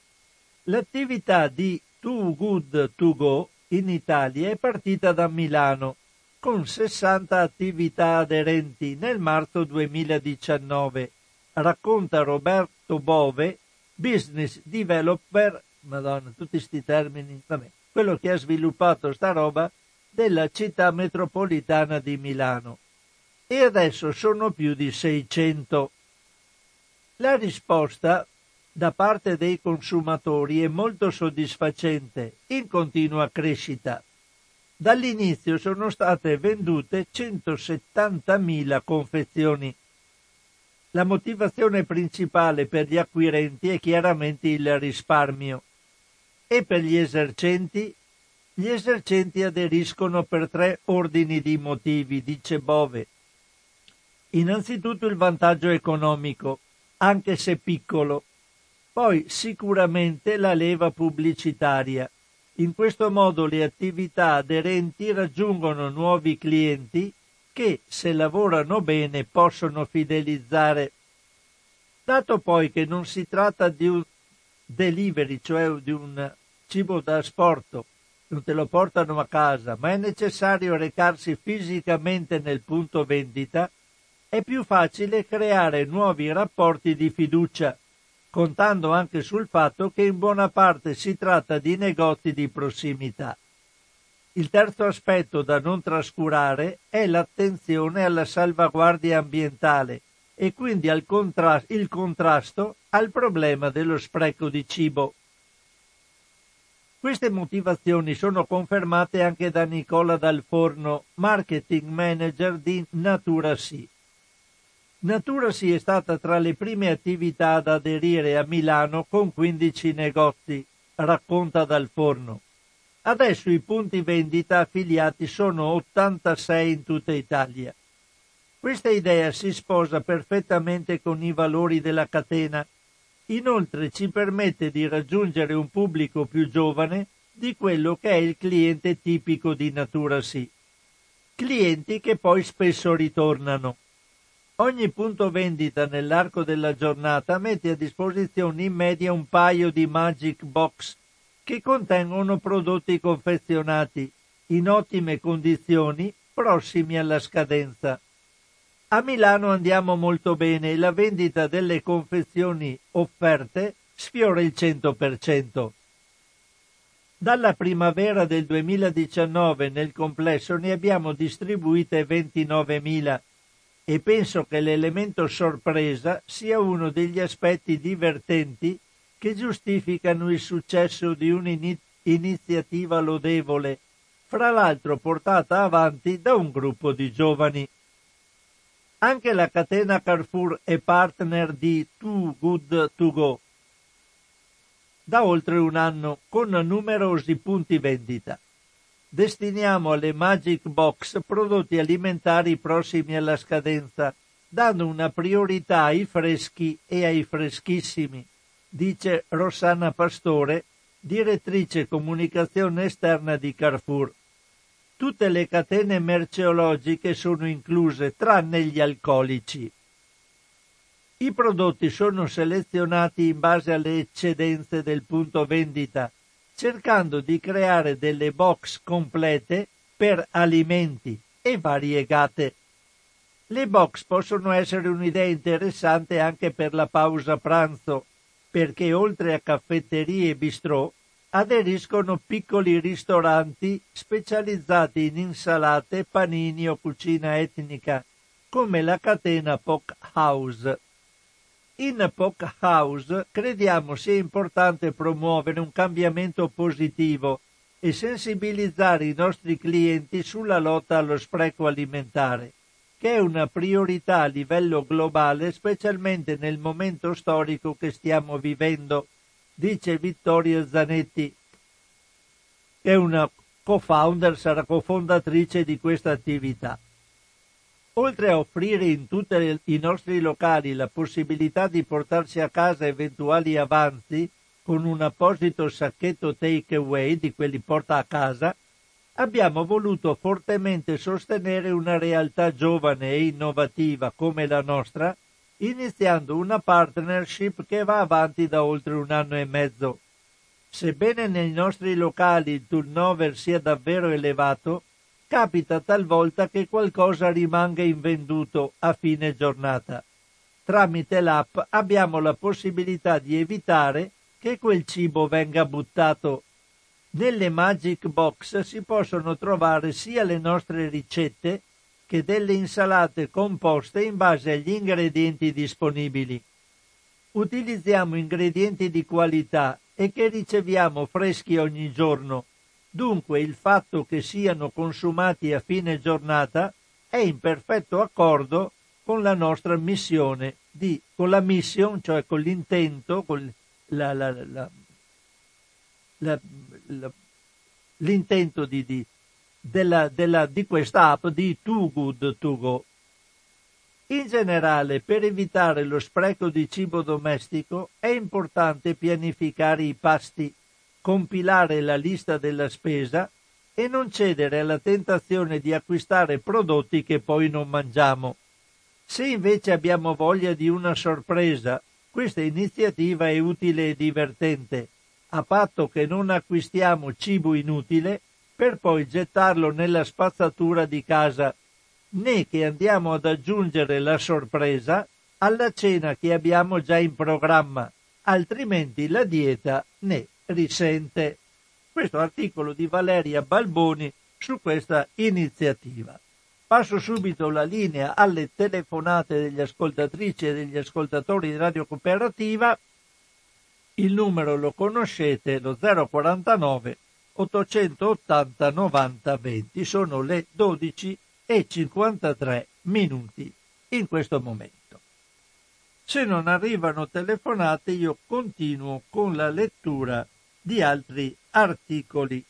L'attività di Too Good To Go in Italia è partita da Milano, con sessanta attività aderenti nel marzo duemiladiciannove, racconta Roberto Bove, business developer, madonna, tutti sti termini, vabbè, quello che ha sviluppato sta roba, della città metropolitana di Milano. E adesso sono più di seicento. La risposta da parte dei consumatori è molto soddisfacente, in continua crescita. Dall'inizio sono state vendute centosettantamila confezioni. La motivazione principale per gli acquirenti è chiaramente il risparmio. E per gli esercenti? Gli esercenti aderiscono per tre ordini di motivi, dice Bove. Innanzitutto il vantaggio economico, anche se piccolo. Poi sicuramente la leva pubblicitaria. In questo modo le attività aderenti raggiungono nuovi clienti che, se lavorano bene, possono fidelizzare. Dato poi che non si tratta di un delivery, cioè di un cibo da asporto, non te lo portano a casa, ma è necessario recarsi fisicamente nel punto vendita, è più facile creare nuovi rapporti di fiducia, contando anche sul fatto che in buona parte si tratta di negozi di prossimità. Il terzo aspetto da non trascurare è l'attenzione alla salvaguardia ambientale e quindi al contra- il contrasto al problema dello spreco di cibo. Queste motivazioni sono confermate anche da Nicola Dal Forno, marketing manager di Naturasì. Naturasì è stata tra le prime attività ad aderire a Milano con quindici negozi, racconta Dal Forno. Adesso i punti vendita affiliati sono ottantasei in tutta Italia. Questa idea si sposa perfettamente con i valori della catena. Inoltre ci permette di raggiungere un pubblico più giovane di quello che è il cliente tipico di Naturasì. Clienti che poi spesso ritornano. Ogni punto vendita nell'arco della giornata mette a disposizione in media un paio di Magic Box che contengono prodotti confezionati in ottime condizioni, prossimi alla scadenza. A Milano andiamo molto bene e la vendita delle confezioni offerte sfiora il cento per cento. Dalla primavera del duemiladiciannove nel complesso ne abbiamo distribuite ventinovemila e penso che l'elemento sorpresa sia uno degli aspetti divertenti che giustificano il successo di un'iniziativa lodevole, fra l'altro portata avanti da un gruppo di giovani. Anche la catena Carrefour è partner di Too Good To Go da oltre un anno con numerosi punti vendita. Destiniamo alle Magic Box prodotti alimentari prossimi alla scadenza, dando una priorità ai freschi e ai freschissimi, dice Rossana Pastore, direttrice comunicazione esterna di Carrefour. Tutte le catene merceologiche sono incluse, tranne gli alcolici. I prodotti sono selezionati in base alle eccedenze del punto vendita, cercando di creare delle box complete per alimenti e variegate. Le box possono essere un'idea interessante anche per la pausa pranzo, perché oltre a caffetterie e bistrò, aderiscono piccoli ristoranti specializzati in insalate, panini o cucina etnica, come la catena Poke House. In Poke House crediamo sia importante promuovere un cambiamento positivo e sensibilizzare i nostri clienti sulla lotta allo spreco alimentare, che è una priorità a livello globale, specialmente nel momento storico che stiamo vivendo, dice Vittoria Zanetti, che è una co-founder, sarà cofondatrice di questa attività. Oltre a offrire in tutti i nostri locali la possibilità di portarsi a casa eventuali avanzi con un apposito sacchetto take away di quelli porta a casa, abbiamo voluto fortemente sostenere una realtà giovane e innovativa come la nostra, iniziando una partnership che va avanti da oltre un anno e mezzo. Sebbene nei nostri locali il turnover sia davvero elevato, capita talvolta che qualcosa rimanga invenduto a fine giornata. Tramite l'app abbiamo la possibilità di evitare che quel cibo venga buttato. Nelle Magic Box si possono trovare sia le nostre ricette che delle insalate composte in base agli ingredienti disponibili. Utilizziamo ingredienti di qualità e che riceviamo freschi ogni giorno. Dunque il fatto che siano consumati a fine giornata è in perfetto accordo con la nostra missione, di, con la mission, cioè con l'intento, con la, la, la, la, la, l'intento di, di, della, della, di questa app di Too Good To Go. In generale, per evitare lo spreco di cibo domestico è importante pianificare i pasti, compilare la lista della spesa e non cedere alla tentazione di acquistare prodotti che poi non mangiamo. Se invece abbiamo voglia di una sorpresa, questa iniziativa è utile e divertente, a patto che non acquistiamo cibo inutile per poi gettarlo nella spazzatura di casa, né che andiamo ad aggiungere la sorpresa alla cena che abbiamo già in programma, altrimenti la dieta ne risente. Questo articolo di Valeria Balboni su questa iniziativa. Passo subito la linea alle telefonate degli ascoltatrici e degli ascoltatori di Radio Cooperativa. Il numero lo conoscete, lo zero quarantanove ottocentottanta novanta venti. Sono le dodici e cinquantatré minuti in questo momento. Se non arrivano telefonate, io continuo con la lettura di altri articoli.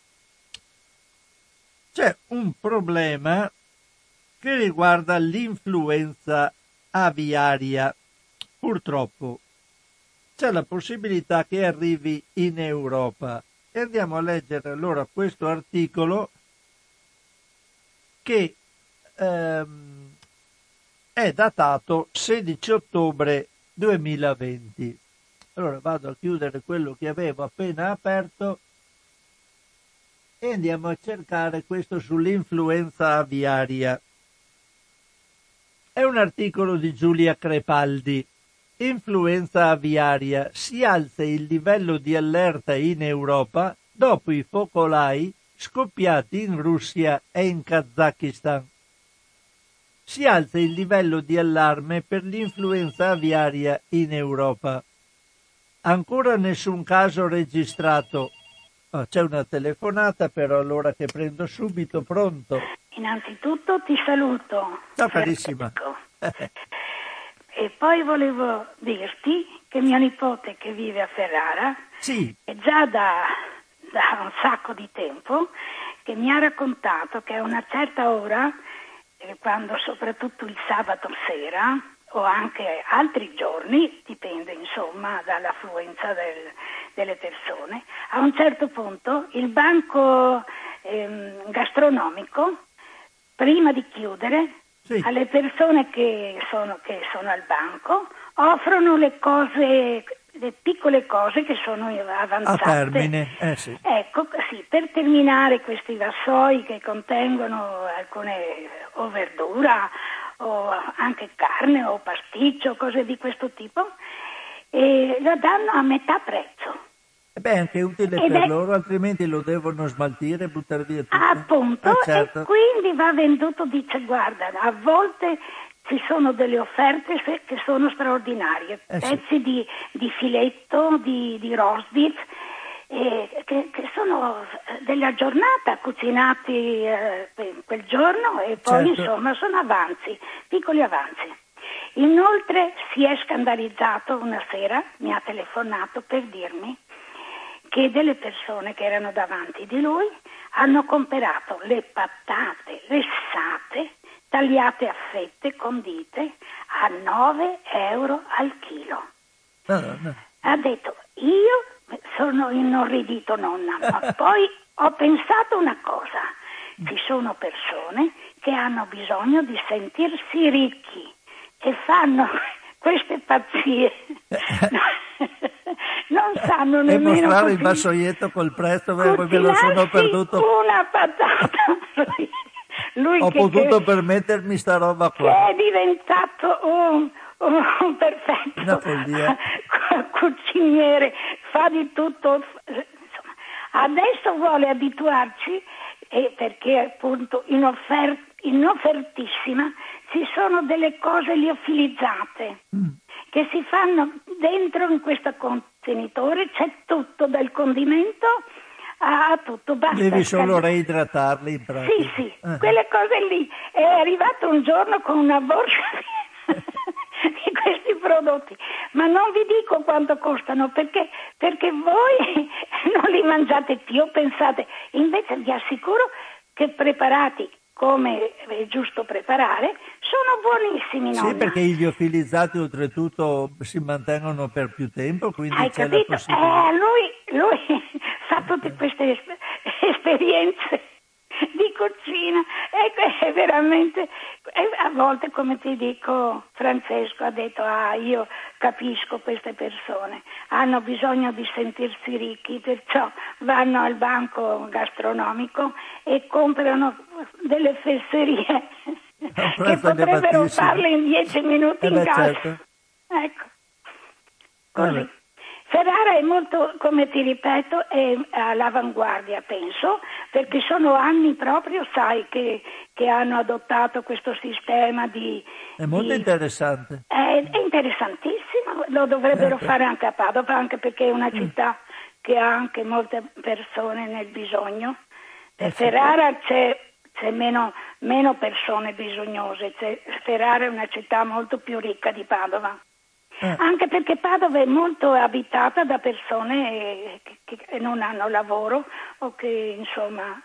C'è un problema che riguarda l'influenza aviaria. Purtroppo c'è la possibilità che arrivi in Europa. E andiamo a leggere allora questo articolo che ehm, è datato sedici ottobre duemilaventi. Allora vado a chiudere quello che avevo appena aperto e andiamo a cercare questo sull'influenza aviaria. È un articolo di Giulia Crepaldi. Influenza aviaria. Si alza il livello di allerta in Europa dopo i focolai scoppiati in Russia e in Kazakistan. Si alza il livello di allarme per l'influenza aviaria in Europa. Ancora nessun caso registrato. Oh, c'è una telefonata, però allora che prendo subito. Pronto? Innanzitutto ti saluto. Ciao carissima. E poi volevo dirti che mio nipote che vive a Ferrara, sì, è già da, da un sacco di tempo che mi ha raccontato che a una certa ora, eh, quando soprattutto il sabato sera o anche altri giorni, dipende insomma dall'affluenza del, delle persone, a un certo punto il banco ehm, gastronomico, prima di chiudere, sì, alle persone che sono, che sono al banco offrono le cose, le piccole cose che sono avanzate. A termine, eh sì. Ecco, sì, per terminare questi vassoi che contengono alcune o verdura o anche carne o pasticcio, cose di questo tipo, e lo danno a metà prezzo. Beh, è anche utile Ed per è... loro, altrimenti lo devono smaltire e buttare via tutto. Appunto, ah, certo. E quindi va venduto, dice, guarda, a volte ci sono delle offerte che sono straordinarie, eh, pezzi sì. di, di filetto, di, di roast beef, eh, che, che sono della giornata, cucinati eh, quel giorno e poi certo. insomma sono avanzi, piccoli avanzi. Inoltre si è scandalizzato una sera, mi ha telefonato per dirmi che delle persone che erano davanti di lui hanno comprato le patate lessate, tagliate a fette, condite, a nove euro al chilo. No, no, no. Ha detto, io sono inorridito, nonna, ma poi ho pensato una cosa. Ci sono persone che hanno bisogno di sentirsi ricchi e fanno queste pazzie. Non sanno e nemmeno mostrare così. Il vassoietto col prezzo, poi me lo sono perduto. Una patata. Lui Ho che, potuto che, permettermi sta roba qua. Che è diventato un, un, un perfetto Una follia. cuciniere, fa di tutto. Insomma, adesso vuole abituarci, e perché appunto in, offer- in offertissima ci sono delle cose liofilizzate. Mm. Che si fanno dentro in questo contenitore, c'è tutto dal condimento a, a tutto, basta. Devi solo reidratarli in pratica. Sì, sì, uh-huh. Quelle cose lì. È arrivato un giorno con una borsa di questi prodotti, ma non vi dico quanto costano, perché, perché voi non li mangiate più, pensate, invece vi assicuro che preparati come è giusto preparare, sono buonissimi. Sì, nonna. Perché i liofilizzati oltretutto si mantengono per più tempo, quindi Hai c'è capito? la possibilità. Eh, lui, lui fa tutte queste es- esperienze di cucina e è veramente, e a volte, come ti dico, Francesco ha detto, ah, io capisco queste persone, hanno bisogno di sentirsi ricchi, perciò vanno al banco gastronomico e comprano delle fesserie che potrebbero farle in dieci minuti eh in beh, casa. Certo. Ecco, così. Vabbè. Ferrara è molto, come ti ripeto, è all'avanguardia, penso, perché sono anni proprio, sai, che, che hanno adottato questo sistema di... È molto di, interessante. È, è interessantissimo, lo dovrebbero Ecco. fare anche a Padova, anche perché è una città che ha anche molte persone nel bisogno. Per Eh, sì. Ferrara c'è, c'è meno, meno persone bisognose, c'è, Ferrara è una città molto più ricca di Padova. Eh. Anche perché Padova è molto abitata da persone che, che non hanno lavoro o che insomma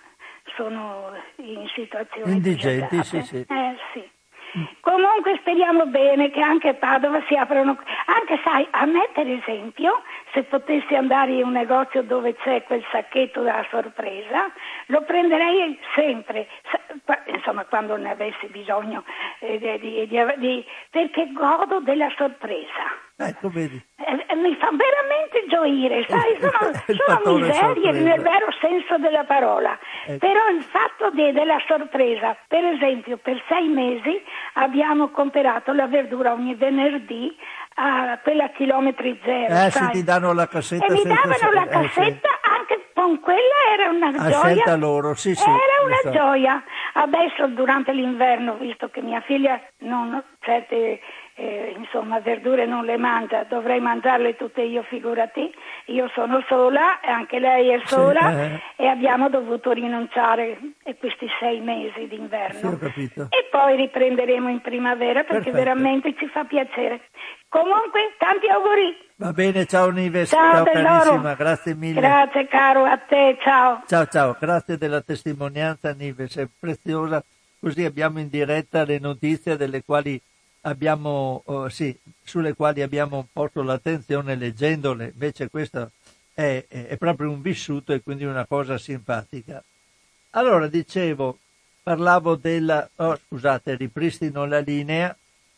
sono in situazioni indigenti, disagiate. sì, sì. Eh, sì. Comunque speriamo bene che anche a Padova si aprano, anche sai, a me per esempio, se potessi andare in un negozio dove c'è quel sacchetto da sorpresa, lo prenderei sempre, insomma quando ne avessi bisogno, eh, di, di, di, perché godo della sorpresa. Ecco, vedi. Eh, mi fa veramente gioire, sai, sono, Il sono fattore miserie sorpresa. nel vero senso della parola, Ecco. però il fatto di, della sorpresa, per esempio per sei mesi abbiamo comprato la verdura ogni venerdì a quella chilometri zero, Eh, sai? sì, ti danno la cassetta. E mi senza- davano la eh, cassetta, anche con quella era una A gioia. scelta loro, sì, sì, Era lo una so. gioia. Adesso durante l'inverno, visto che mia figlia non certe eh, insomma verdure non le mangia, dovrei mangiarle tutte io, figurati. Io sono sola, e anche lei è Sì, sola, eh. e abbiamo dovuto rinunciare a questi sei mesi d'inverno. Sì, ho capito. E poi riprenderemo in primavera perché Perfetto. veramente ci fa piacere. Comunque, tanti auguri. Va bene, ciao Nives, Ciao, ciao tesoro. carissima, grazie mille. Grazie caro, a te, ciao. Ciao ciao, grazie della testimonianza Nives, è preziosa, così abbiamo in diretta le notizie delle quali abbiamo, oh, sì, sulle quali abbiamo posto l'attenzione leggendole, invece questo è, è, è proprio un vissuto e quindi una cosa simpatica. Allora, dicevo, parlavo della, oh, scusate, ripristino la linea,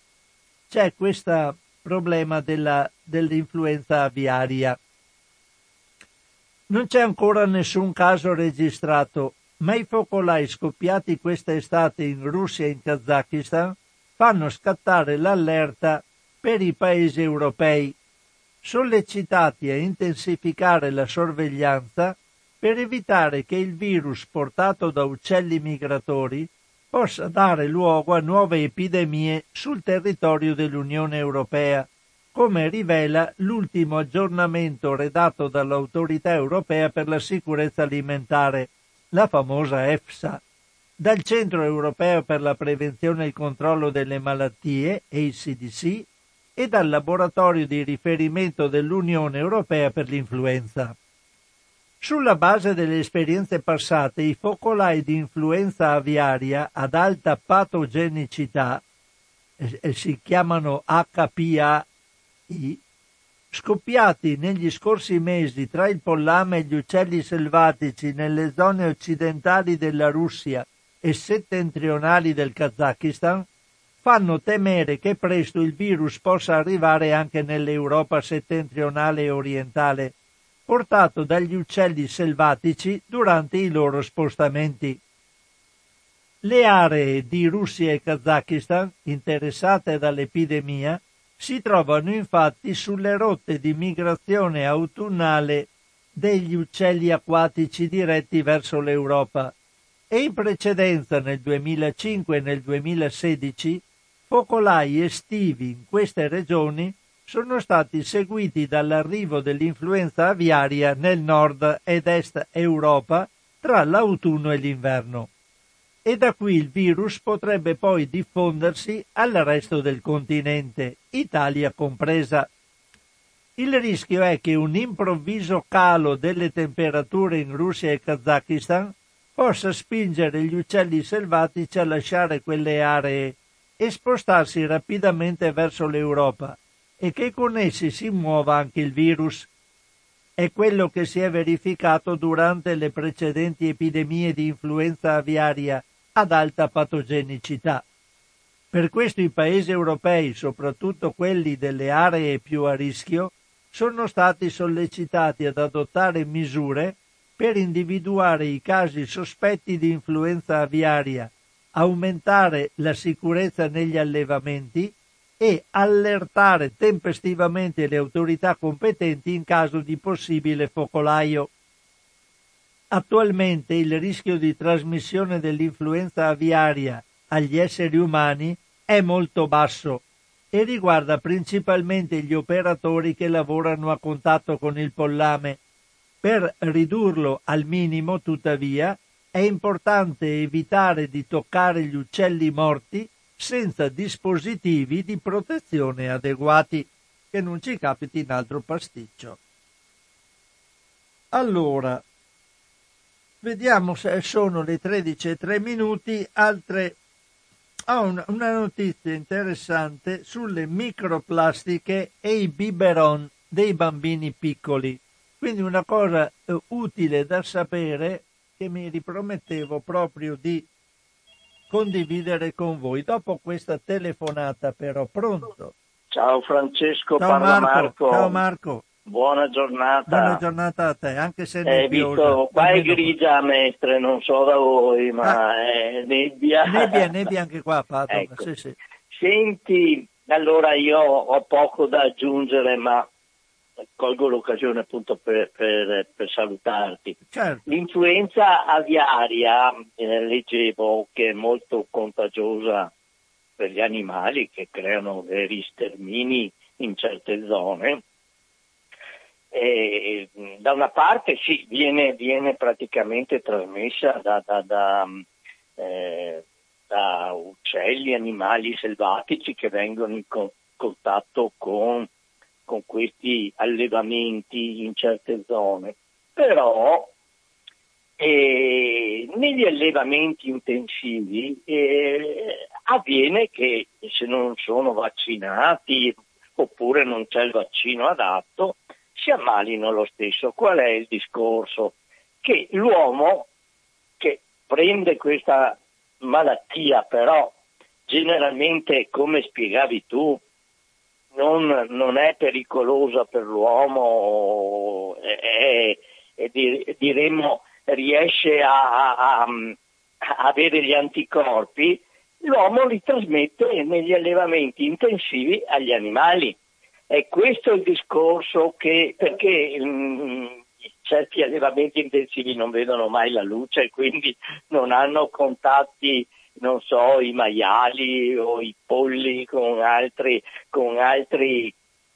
c'è questo problema della, dell'influenza aviaria. Non c'è ancora nessun caso registrato, ma i focolai scoppiati questa estate in Russia e in Kazakistan fanno scattare l'allerta per i paesi europei, sollecitati a intensificare la sorveglianza per evitare che il virus portato da uccelli migratori possa dare luogo a nuove epidemie sul territorio dell'Unione Europea, come rivela l'ultimo aggiornamento redatto dall'Autorità Europea per la Sicurezza Alimentare, la famosa EFSA, dal Centro Europeo per la Prevenzione e il Controllo delle Malattie, A C D C, e dal Laboratorio di riferimento dell'Unione Europea per l'influenza. Sulla base delle esperienze passate, i focolai di influenza aviaria ad alta patogenicità, eh, si chiamano H P A I, scoppiati negli scorsi mesi tra il pollame e gli uccelli selvatici nelle zone occidentali della Russia e settentrionali del Kazakistan, fanno temere che presto il virus possa arrivare anche nell'Europa settentrionale e orientale, portato dagli uccelli selvatici durante i loro spostamenti. Le aree di Russia e Kazakistan interessate dall'epidemia si trovano infatti sulle rotte di migrazione autunnale degli uccelli acquatici diretti verso l'Europa e in precedenza nel duemilacinque e nel duemilasedici focolai estivi in queste regioni sono stati seguiti dall'arrivo dell'influenza aviaria nel nord ed est Europa tra l'autunno e l'inverno. E da qui il virus potrebbe poi diffondersi al resto del continente, Italia compresa. Il rischio è che un improvviso calo delle temperature in Russia e Kazakistan possa spingere gli uccelli selvatici a lasciare quelle aree e spostarsi rapidamente verso l'Europa e che con essi si muova anche il virus. È quello che si è verificato durante le precedenti epidemie di influenza aviaria ad alta patogenicità. Per questo i paesi europei, soprattutto quelli delle aree più a rischio, sono stati sollecitati ad adottare misure per individuare i casi sospetti di influenza aviaria, aumentare la sicurezza negli allevamenti e allertare tempestivamente le autorità competenti in caso di possibile focolaio. Attualmente il rischio di trasmissione dell'influenza aviaria agli esseri umani è molto basso e riguarda principalmente gli operatori che lavorano a contatto con il pollame. Per ridurlo al minimo, tuttavia, è importante evitare di toccare gli uccelli morti senza dispositivi di protezione adeguati, che non ci capiti un altro pasticcio. Allora, vediamo se sono le tredici e tre minuti, altre... Ho una, una notizia interessante sulle microplastiche e i biberon dei bambini piccoli. Quindi una cosa eh, utile da sapere che mi ripromettevo proprio di condividere con voi. Dopo questa telefonata però, pronto? Ciao Francesco, Ciao parla Marco. Marco. Ciao Marco. Buona giornata. Buona giornata a te, anche se è nebbiosa. Visto, qua è grigia a Mestre, non so da voi, ma ah, è nebbia. Nebbia, nebbia anche qua a Padova. Ecco. Sì, sì. Senti, allora io ho poco da aggiungere, ma colgo l'occasione appunto per, per, per salutarti. Certo. L'influenza aviaria, eh, leggevo che è molto contagiosa per gli animali, che creano veri stermini in certe zone. E, da una parte sì, viene, viene praticamente trasmessa da, da, da, eh, da uccelli, animali selvatici che vengono in co- contatto con, con questi allevamenti in certe zone. Però eh, negli allevamenti intensivi eh, avviene che se non sono vaccinati oppure non c'è il vaccino adatto, si ammalino lo stesso. Qual è il discorso? Che l'uomo che prende questa malattia, però generalmente, come spiegavi tu, non, non è pericolosa per l'uomo, è, è, diremmo riesce a, a, a avere gli anticorpi, l'uomo li trasmette negli allevamenti intensivi agli animali. E questo è il discorso che, perché mh, certi allevamenti intensivi non vedono mai la luce e quindi non hanno contatti, non so, i maiali o i polli con altri, con altri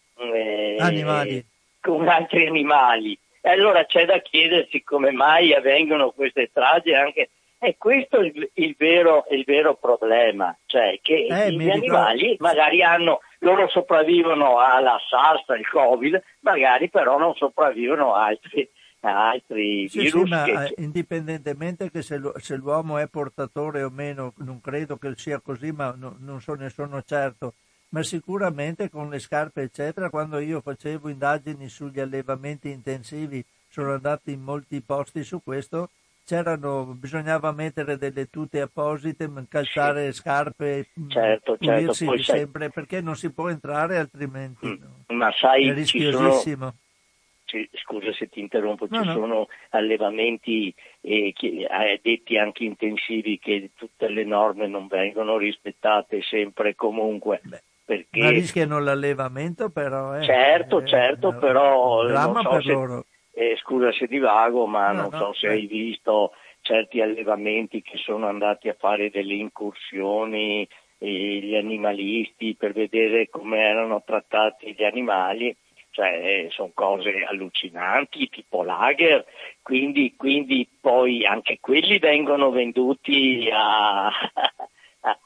eh, animali. con altri animali. E allora c'è da chiedersi come mai avvengono queste stragi anche. E questo è il, il, vero, il vero problema, cioè che eh, gli animali ricordo... magari hanno, loro sopravvivono alla SARS, al Covid, magari però non sopravvivono a altri, a altri sì, virus. Sì, ma che... indipendentemente che se, lo, se l'uomo è portatore o meno, non credo che sia così, ma no, non so, ne sono certo. Ma sicuramente con le scarpe eccetera, quando io facevo indagini sugli allevamenti intensivi, sono andato in molti posti su questo, c'erano, bisognava mettere delle tute apposite, calzare sì. scarpe, certo, pulirsi certo. Poi sempre, sai... perché non si può entrare altrimenti. Mm. No? Ma sai, è rischiosissimo. Ci sono... Scusa se ti interrompo, no, ci no. sono allevamenti eh, che, eh, detti anche intensivi che tutte le norme non vengono rispettate sempre e comunque. Beh, perché... ma rischiano l'allevamento però. Eh. Certo, eh, certo, è però un dramma non so per se... loro. Eh, scusa se divago, ma no, non no, so se beh. hai visto certi allevamenti che sono andati a fare delle incursioni, eh, gli animalisti, per vedere come erano trattati gli animali, cioè eh, sono cose allucinanti, tipo lager, quindi, quindi poi anche quelli vengono venduti a... a,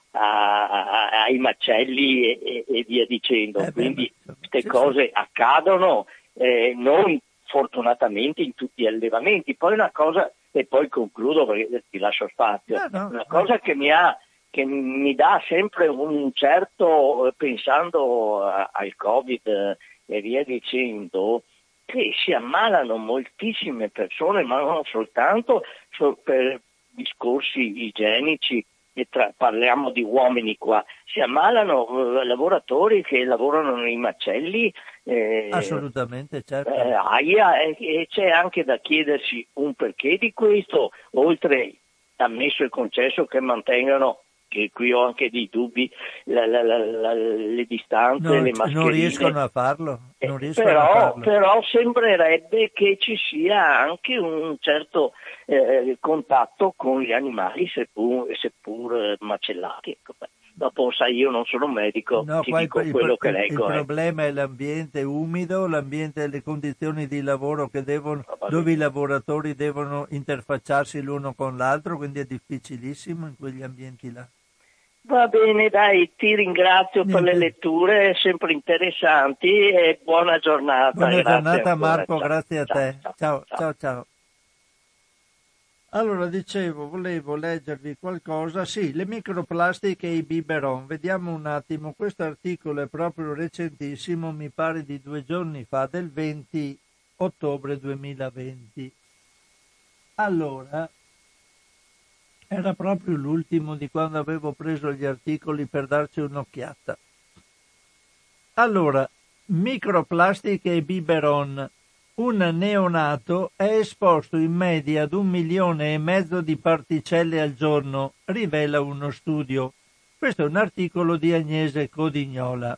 a, ai macelli e, e, e via dicendo, Eh beh, quindi ma... queste sì, cose sì. accadono, eh, non fortunatamente in tutti gli allevamenti. Poi una cosa, e poi concludo perché ti lascio spazio, no, no, una cosa eh. che mi ha che mi dà sempre un certo, pensando a, al Covid eh, e via dicendo, che si ammalano moltissime persone, ma non soltanto so, per discorsi igienici, e tra, parliamo di uomini qua, si ammalano eh, lavoratori che lavorano nei macelli. Eh, Assolutamente, certo. Eh, aia, e, e c'è anche da chiedersi un perché di questo, oltre ammesso e concesso che mantengano che qui ho anche dei dubbi, la, la, la, la, le distanze, non, le mascherine. Non riescono a farlo. Non riescono però, a farlo. però sembrerebbe che ci sia anche un certo eh, contatto con gli animali, seppur, seppur macellati. Ecco. Dopo, sai, io non sono un medico, No, ti qua dico il, quello il, che il, leggo. il eh. problema è l'ambiente umido, l'ambiente e le condizioni di lavoro che devono, dove i lavoratori devono interfacciarsi l'uno con l'altro, quindi è difficilissimo in quegli ambienti là. Va bene, dai, ti ringrazio Niente. per le letture, sempre interessanti, e buona giornata. Buona grazie giornata ancora. Marco, Ciao. grazie a Ciao, te. ciao, Ciao, ciao. ciao, ciao. Allora, dicevo, volevo leggervi qualcosa. Sì, le microplastiche e i biberon. Vediamo un attimo. Questo articolo è proprio recentissimo, mi pare di due giorni fa, del venti ottobre duemilaventi. Allora, era proprio l'ultimo di quando avevo preso gli articoli per darci un'occhiata. Allora, microplastiche e biberon. Un neonato è esposto in media ad un milione e mezzo di particelle al giorno, rivela uno studio. Questo è un articolo di Agnese Codignola.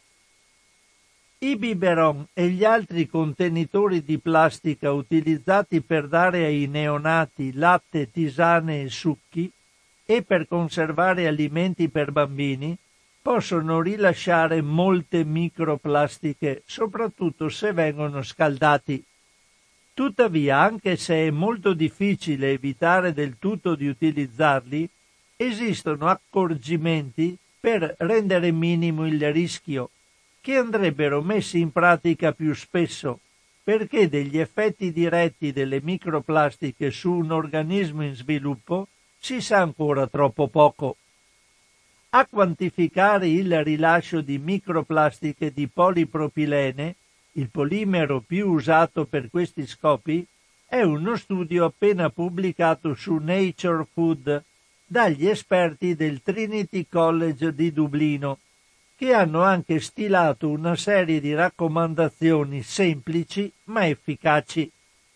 I biberon e gli altri contenitori di plastica utilizzati per dare ai neonati latte, tisane e succhi e per conservare alimenti per bambini possono rilasciare molte microplastiche, soprattutto se vengono scaldati. Tuttavia, anche se è molto difficile evitare del tutto di utilizzarli, esistono accorgimenti per rendere minimo il rischio, che andrebbero messi in pratica più spesso, perché degli effetti diretti delle microplastiche su un organismo in sviluppo si sa ancora troppo poco. A quantificare il rilascio di microplastiche di polipropilene, il polimero più usato per questi scopi, è uno studio appena pubblicato su Nature Food dagli esperti del Trinity College di Dublino, che hanno anche stilato una serie di raccomandazioni semplici ma efficaci.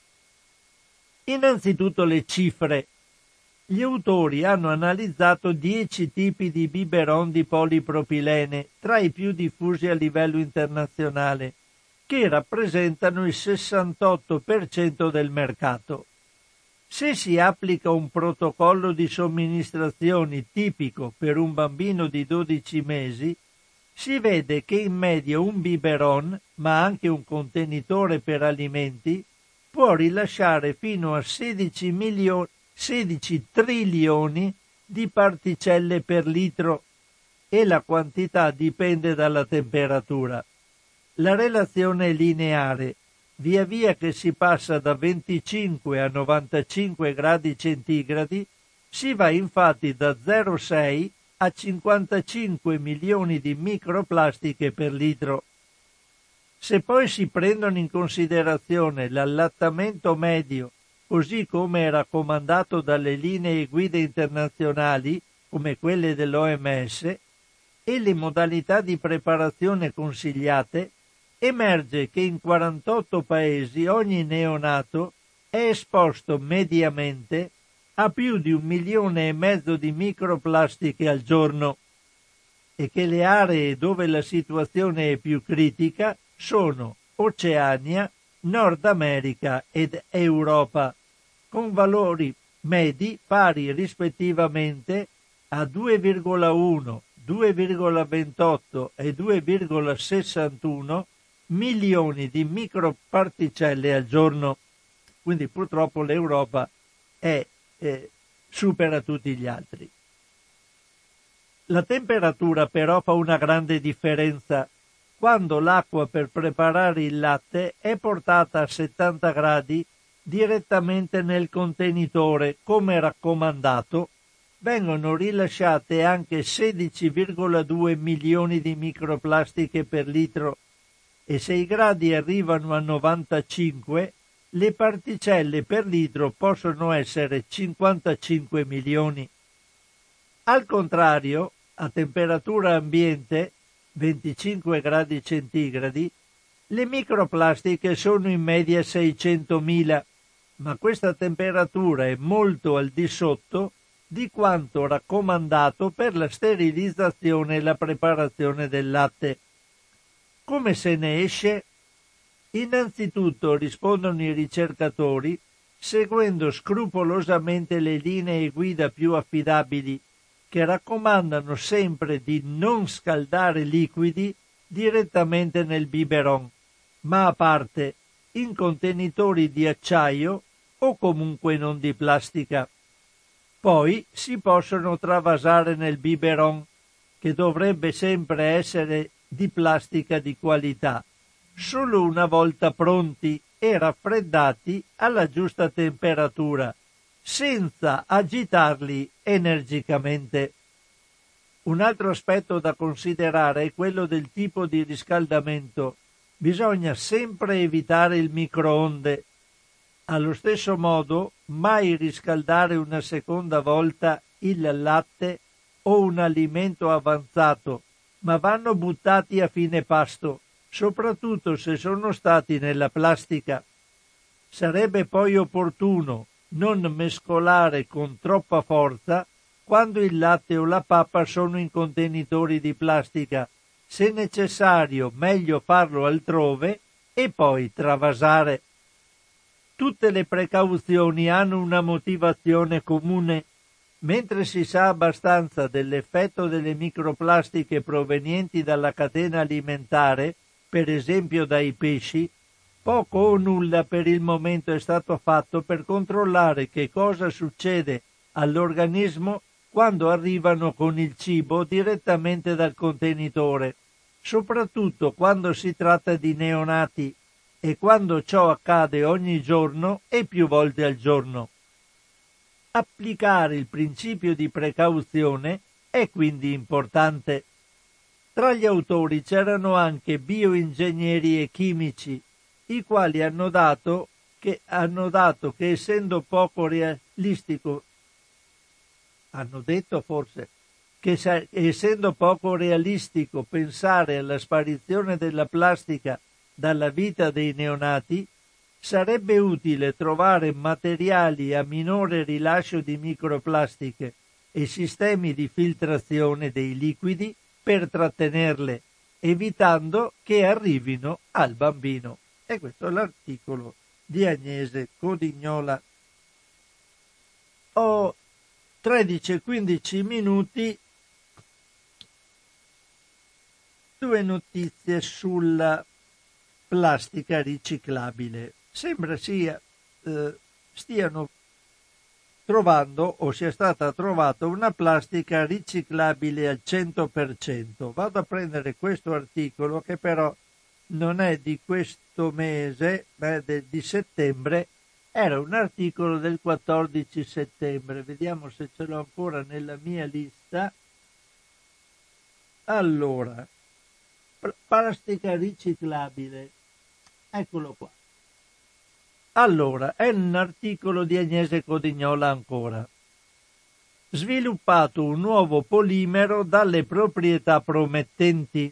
Innanzitutto le cifre. Gli autori hanno analizzato dieci tipi di biberon di polipropilene, tra i più diffusi a livello internazionale, che rappresentano il sessantotto per cento del mercato. Se si applica un protocollo di somministrazioni tipico per un bambino di dodici mesi, si vede che in media un biberon, ma anche un contenitore per alimenti, può rilasciare fino a sedici milioni, sedici trilioni di particelle per litro, e la quantità dipende dalla temperatura. La relazione è lineare. Via via che si passa da venticinque a novantacinque gradi centigradi, si va infatti da zero virgola sei a cinquantacinque milioni di microplastiche per litro. Se poi si prendono in considerazione l'allattamento medio, così come è raccomandato dalle linee guida internazionali, come quelle dell'O M S, e le modalità di preparazione consigliate, emerge che in quarantotto paesi ogni neonato è esposto mediamente a più di un milione e mezzo di microplastiche al giorno e che le aree dove la situazione è più critica sono Oceania, Nord America ed Europa, con valori medi pari rispettivamente a due virgola uno, due virgola ventotto e due virgola sessantuno milioni di microparticelle al giorno. Quindi purtroppo l'Europa è, eh, supera tutti gli altri. La temperatura però fa una grande differenza quando l'acqua per preparare il latte è portata a settanta gradi direttamente nel contenitore, come raccomandato. Vengono rilasciate anche sedici virgola due milioni di microplastiche per litro, e se i gradi arrivano a novantacinque, le particelle per litro possono essere cinquantacinque milioni. Al contrario, a temperatura ambiente, venticinque gradi centigradi, le microplastiche sono in media seicentomila, ma questa temperatura è molto al di sotto di quanto raccomandato per la sterilizzazione e la preparazione del latte. Come se ne esce? Innanzitutto, rispondono i ricercatori, seguendo scrupolosamente le linee guida più affidabili, che raccomandano sempre di non scaldare liquidi direttamente nel biberon, ma a parte, in contenitori di acciaio o comunque non di plastica. Poi si possono travasare nel biberon, che dovrebbe sempre essere di plastica di qualità, solo una volta pronti e raffreddati alla giusta temperatura, senza agitarli energicamente. Un altro aspetto da considerare è quello del tipo di riscaldamento. Bisogna sempre evitare il microonde. Allo stesso modo, mai riscaldare una seconda volta il latte o un alimento avanzato, ma vanno buttati a fine pasto, soprattutto se sono stati nella plastica. Sarebbe poi opportuno non mescolare con troppa forza quando il latte o la pappa sono in contenitori di plastica. Se necessario, meglio farlo altrove e poi travasare. Tutte le precauzioni hanno una motivazione comune. Mentre si sa abbastanza dell'effetto delle microplastiche provenienti dalla catena alimentare, per esempio dai pesci, poco o nulla per il momento è stato fatto per controllare che cosa succede all'organismo quando arrivano con il cibo direttamente dal contenitore, soprattutto quando si tratta di neonati e quando ciò accade ogni giorno e più volte al giorno. Applicare il principio di precauzione è quindi importante. Tra gli autori c'erano anche bioingegneri e chimici, i quali hanno dato che, hanno dato che essendo poco realistico, hanno detto forse, che se, essendo poco realistico pensare alla sparizione della plastica dalla vita dei neonati, sarebbe utile trovare materiali a minore rilascio di microplastiche e sistemi di filtrazione dei liquidi per trattenerle, evitando che arrivino al bambino. E questo è l'articolo di Agnese Codignola. Ho tredici e quindici minuti, due notizie sulla plastica riciclabile. Sembra sia eh, stiano trovando o sia stata trovata una plastica riciclabile al cento per cento. Vado a prendere questo articolo che però non è di questo mese, ma è de, di settembre. Era un articolo del quattordici settembre. Vediamo se ce l'ho ancora nella mia lista. Allora, plastica riciclabile. Eccolo qua. Allora, è un articolo di Agnese Codignola ancora. Sviluppato un nuovo polimero dalle proprietà promettenti.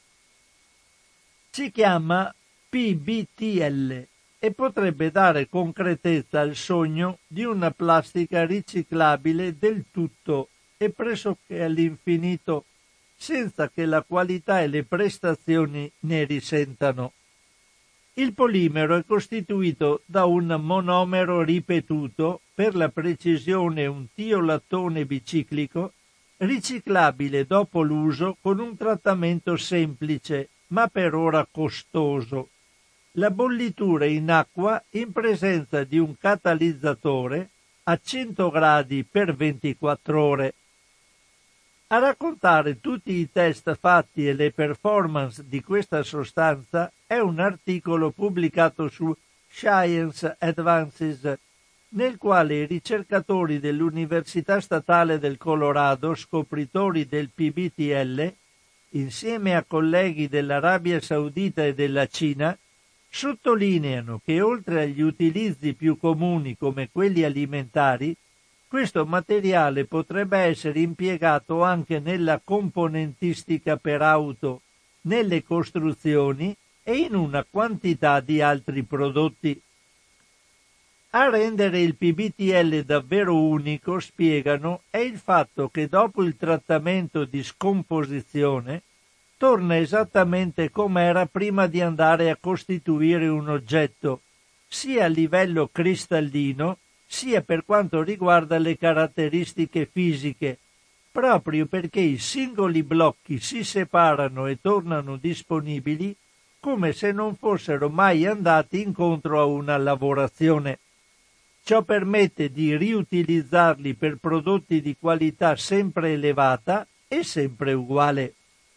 Si chiama P B T L e potrebbe dare concretezza al sogno di una plastica riciclabile del tutto e pressoché all'infinito, senza che la qualità e le prestazioni ne risentano. Il polimero è costituito da un monomero ripetuto, per la precisione un tiolattone biciclico, riciclabile dopo l'uso con un trattamento semplice, ma per ora costoso. La bollitura in acqua in presenza di un catalizzatore a cento gradi per ventiquattro ore. A raccontare tutti i test fatti e le performance di questa sostanza è un articolo pubblicato su Science Advances, nel quale i ricercatori dell'Università Statale del Colorado, scopritori del P B T L, insieme a colleghi dell'Arabia Saudita e della Cina, sottolineano che oltre agli utilizzi più comuni come quelli alimentari, questo materiale potrebbe essere impiegato anche nella componentistica per auto, nelle costruzioni e in una quantità di altri prodotti. A rendere il P B T L davvero unico, spiegano, è il fatto che dopo il trattamento di scomposizione torna esattamente com'era prima di andare a costituire un oggetto, sia a livello cristallino, sia per quanto riguarda le caratteristiche fisiche, proprio perché i singoli blocchi si separano e tornano disponibili come se non fossero mai andati incontro a una lavorazione. Ciò permette di riutilizzarli per prodotti di qualità sempre elevata e sempre uguale.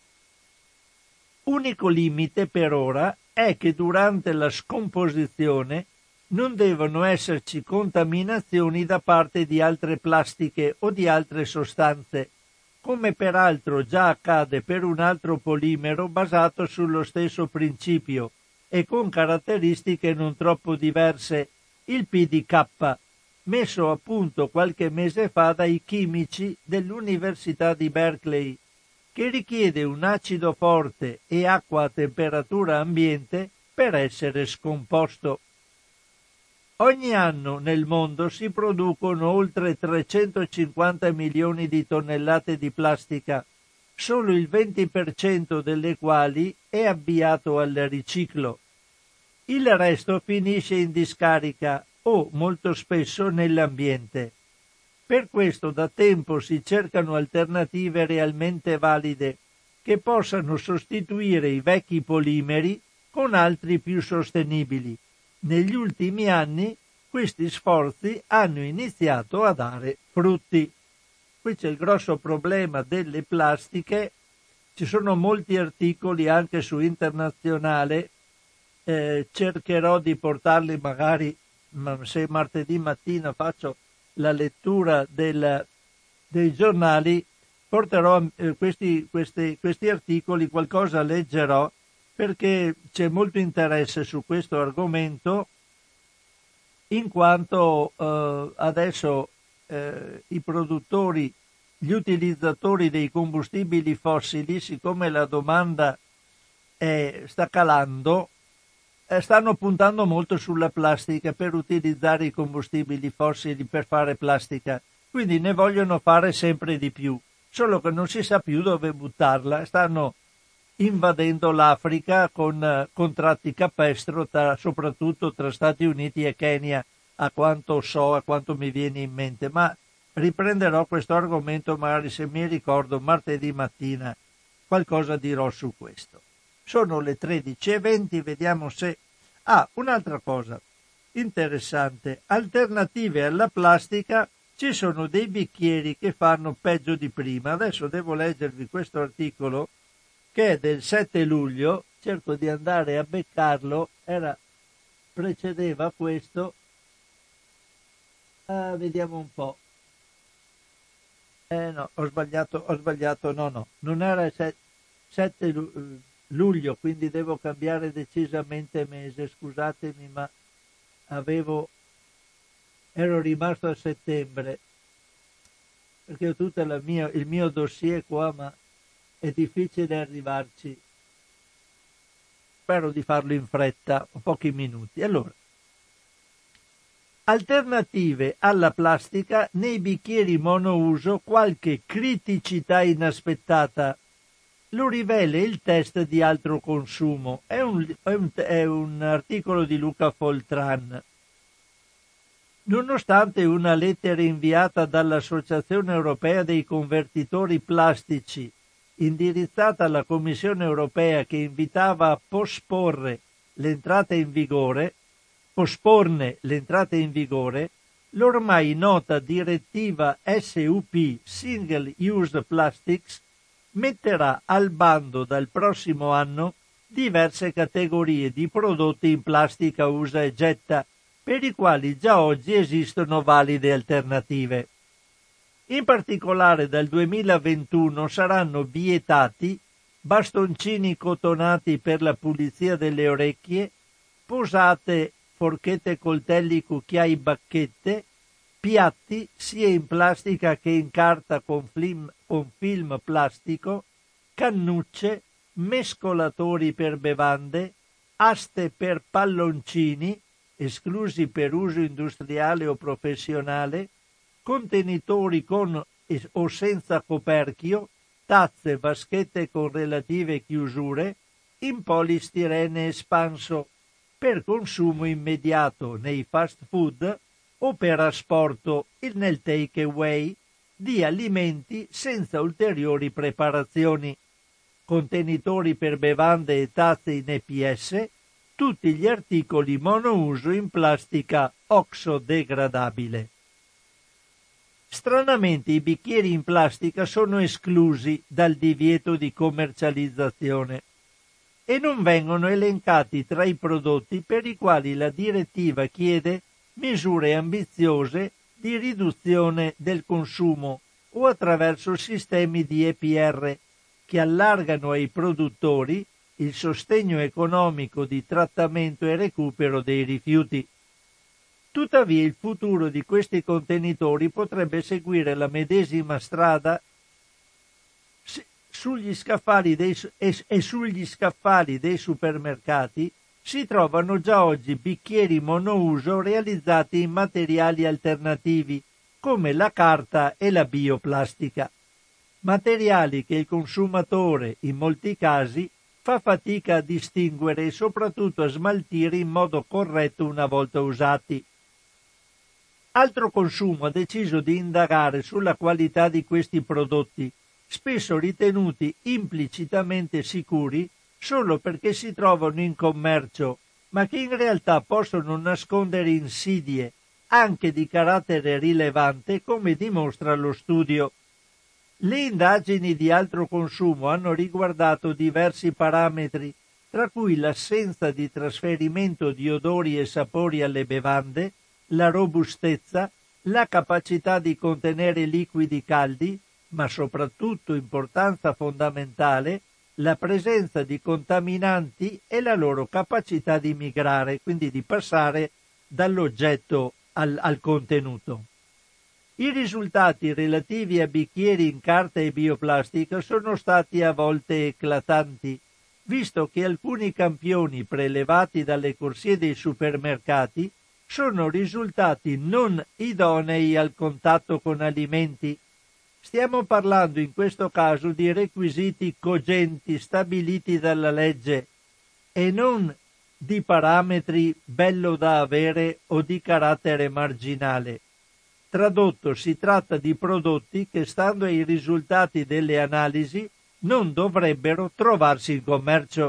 Unico limite per ora è che durante la scomposizione non devono esserci contaminazioni da parte di altre plastiche o di altre sostanze, come peraltro già accade per un altro polimero basato sullo stesso principio e con caratteristiche non troppo diverse, il P D K, messo a punto qualche mese fa dai chimici dell'Università di Berkeley, che richiede un acido forte e acqua a temperatura ambiente per essere scomposto. Ogni anno nel mondo si producono oltre trecentocinquanta milioni di tonnellate di plastica, solo il venti per cento delle quali è avviato al riciclo. Il resto finisce in discarica o, molto spesso, nell'ambiente. Per questo da tempo si cercano alternative realmente valide che possano sostituire i vecchi polimeri con altri più sostenibili. Negli ultimi anni questi sforzi hanno iniziato a dare frutti. Qui c'è il grosso problema delle plastiche, ci sono molti articoli anche su Internazionale, eh, cercherò di portarli magari, ma se martedì mattina faccio la lettura del, dei giornali, porterò eh, questi, questi, questi articoli, qualcosa leggerò, perché c'è molto interesse su questo argomento, in quanto eh, adesso eh, i produttori, gli utilizzatori dei combustibili fossili, siccome la domanda è, sta calando, eh, stanno puntando molto sulla plastica per utilizzare i combustibili fossili per fare plastica, quindi ne vogliono fare sempre di più, solo che non si sa più dove buttarla, stanno invadendo l'Africa con uh, contratti capestro, tra, soprattutto tra Stati Uniti e Kenya, a quanto so, a quanto mi viene in mente, ma riprenderò questo argomento magari, se mi ricordo, martedì mattina qualcosa dirò su questo. Sono le tredici e venti, vediamo se... Ah, un'altra cosa interessante, alternative alla plastica, ci sono dei bicchieri che fanno peggio di prima. Adesso devo leggervi questo articolo che è del sette luglio, cerco di andare a beccarlo, era, precedeva questo, ah, vediamo un po', eh no, ho sbagliato, ho sbagliato, no no, non era il sette luglio, quindi devo cambiare decisamente mese, scusatemi, ma avevo, ero rimasto a settembre, perché ho tutto la mia, il mio dossier qua, ma è difficile arrivarci. Spero di farlo in fretta, pochi minuti. Allora, alternative alla plastica nei bicchieri monouso, qualche criticità inaspettata. Lo rivela il test di altro consumo. È un, è un, è un articolo di Luca Foltran. Nonostante una lettera inviata dall'Associazione Europea dei Convertitori Plastici indirizzata alla Commissione Europea, che invitava a posporre l'entrata in vigore, posporne l'entrata in vigore, l'ormai nota direttiva S U P Single Use Plastics metterà al bando dal prossimo anno diverse categorie di prodotti in plastica usa e getta, per i quali già oggi esistono valide alternative. In particolare dal duemilaventuno saranno vietati bastoncini cotonati per la pulizia delle orecchie, posate, forchette, coltelli, cucchiai, bacchette, piatti sia in plastica che in carta con film, con film plastico, cannucce, mescolatori per bevande, aste per palloncini, esclusi per uso industriale o professionale, contenitori con o senza coperchio, tazze, vaschette con relative chiusure, in polistirene espanso, per consumo immediato nei fast food o per asporto nel take away di alimenti senza ulteriori preparazioni, contenitori per bevande e tazze in E P S, tutti gli articoli monouso in plastica oxodegradabile. Stranamente i bicchieri in plastica sono esclusi dal divieto di commercializzazione e non vengono elencati tra i prodotti per i quali la direttiva chiede misure ambiziose di riduzione del consumo o attraverso sistemi di E P R che allargano ai produttori il sostegno economico di trattamento e recupero dei rifiuti. Tuttavia il futuro di questi contenitori potrebbe seguire la medesima strada sugli scaffali dei, e, e sugli scaffali dei supermercati si trovano già oggi bicchieri monouso realizzati in materiali alternativi come la carta e la bioplastica, materiali che il consumatore in molti casi fa fatica a distinguere e soprattutto a smaltire in modo corretto una volta usati. Altro consumo ha deciso di indagare sulla qualità di questi prodotti, spesso ritenuti implicitamente sicuri solo perché si trovano in commercio, ma che in realtà possono nascondere insidie, anche di carattere rilevante, come dimostra lo studio. Le indagini di altro consumo hanno riguardato diversi parametri, tra cui l'assenza di trasferimento di odori e sapori alle bevande, la robustezza, la capacità di contenere liquidi caldi, ma soprattutto, importanza fondamentale, la presenza di contaminanti e la loro capacità di migrare, quindi di passare dall'oggetto al, al contenuto. I risultati relativi a bicchieri in carta e bioplastica sono stati a volte eclatanti, visto che alcuni campioni prelevati dalle corsie dei supermercati sono risultati non idonei al contatto con alimenti. Stiamo parlando in questo caso di requisiti cogenti stabiliti dalla legge e non di parametri bello da avere o di carattere marginale. Tradotto, si tratta di prodotti che, stando ai risultati delle analisi, non dovrebbero trovarsi in commercio.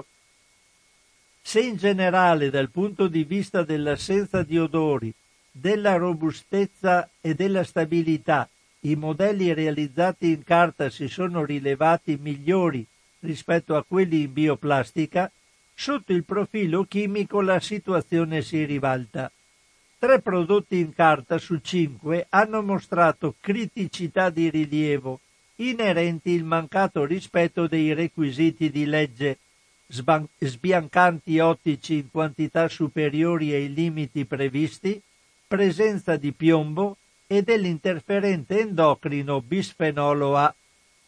Se in generale, dal punto di vista dell'assenza di odori, della robustezza e della stabilità, i modelli realizzati in carta si sono rilevati migliori rispetto a quelli in bioplastica, sotto il profilo chimico la situazione si ribalta. Tre prodotti in carta su cinque hanno mostrato criticità di rilievo inerenti il mancato rispetto dei requisiti di legge, sban- sbiancanti ottici in quantità superiori ai limiti previsti, presenza di piombo e dell'interferente endocrino bisfenolo A.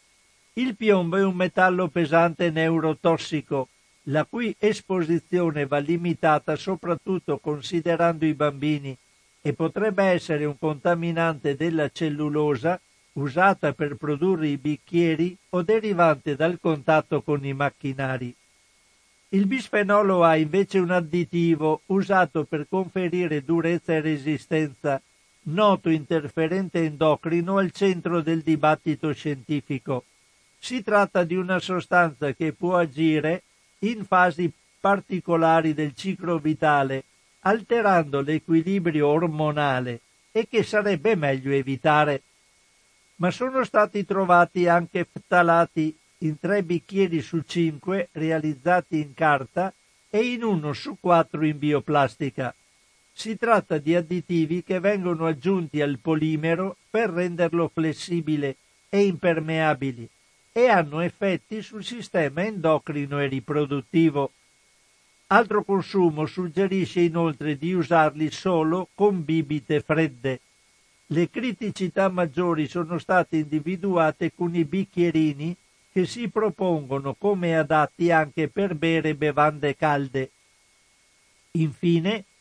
Il piombo è un metallo pesante neurotossico, la cui esposizione va limitata soprattutto considerando i bambini e potrebbe essere un contaminante della cellulosa usata per produrre i bicchieri o derivante dal contatto con i macchinari. Il bisfenolo A invece è un additivo usato per conferire durezza e resistenza, noto interferente endocrino al centro del dibattito scientifico. Si tratta di una sostanza che può agire in fasi particolari del ciclo vitale, alterando l'equilibrio ormonale e che sarebbe meglio evitare. Ma sono stati trovati anche ftalati in tre bicchieri su cinque realizzati in carta e in uno su quattro in bioplastica. Si tratta di additivi che vengono aggiunti al polimero per renderlo flessibile e impermeabili e hanno effetti sul sistema endocrino e riproduttivo. Altro consumo suggerisce inoltre di usarli solo con bibite fredde. Le criticità maggiori sono state individuate con i bicchierini che si propongono come adatti anche per bere bevande calde. Infine,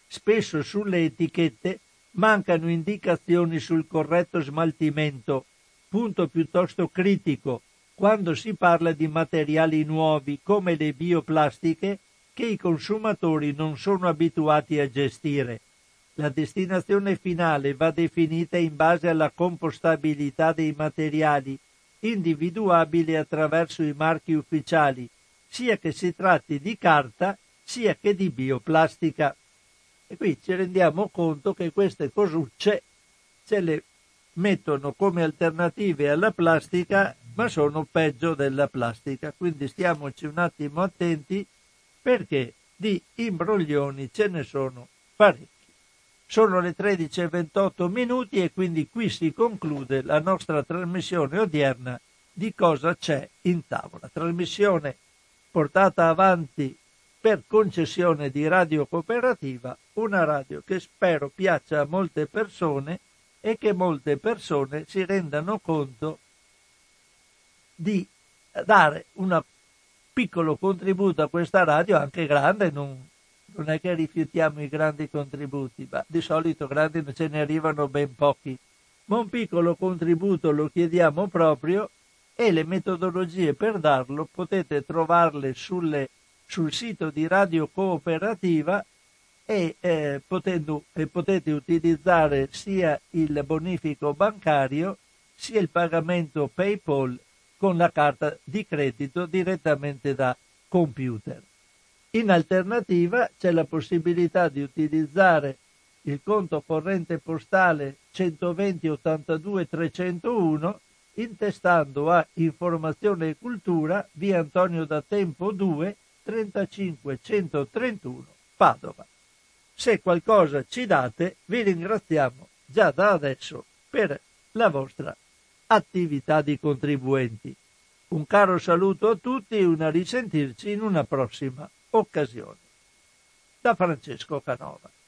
Spesso sulle etichette mancano indicazioni sul corretto smaltimento, punto piuttosto critico quando si parla di materiali nuovi come le bioplastiche che i consumatori non sono abituati a gestire. La destinazione finale va definita in base alla compostabilità dei materiali, individuabile attraverso i marchi ufficiali, sia che si tratti di carta sia che di bioplastica. E qui ci rendiamo conto che queste cosucce ce le mettono come alternative alla plastica, ma sono peggio della plastica. Quindi stiamoci un attimo attenti, perché di imbroglioni ce ne sono parecchi. Sono le tredici e ventotto minuti e quindi qui si conclude la nostra trasmissione odierna di Cosa c'è in tavola. Trasmissione portata avanti per concessione di Radio Cooperativa, una radio che spero piaccia a molte persone e che molte persone si rendano conto di dare un piccolo contributo a questa radio, anche grande, non, non è che rifiutiamo i grandi contributi, ma di solito grandi ce ne arrivano ben pochi, ma un piccolo contributo lo chiediamo proprio, e le metodologie per darlo potete trovarle sulle, sul sito di Radio Cooperativa e, eh, potendo, e potete utilizzare sia il bonifico bancario sia il pagamento PayPal con la carta di credito direttamente da computer. In alternativa c'è la possibilità di utilizzare il conto corrente postale centoventi ottantadue trecentouno intestando a Informazione e Cultura via Antonio da Tempo due trentacinque centotrentuno Padova. Se qualcosa ci date, vi ringraziamo già da adesso per la vostra attività di contribuenti. Un caro saluto a tutti e una risentirci in una prossima occasione. Da Francesco Canova.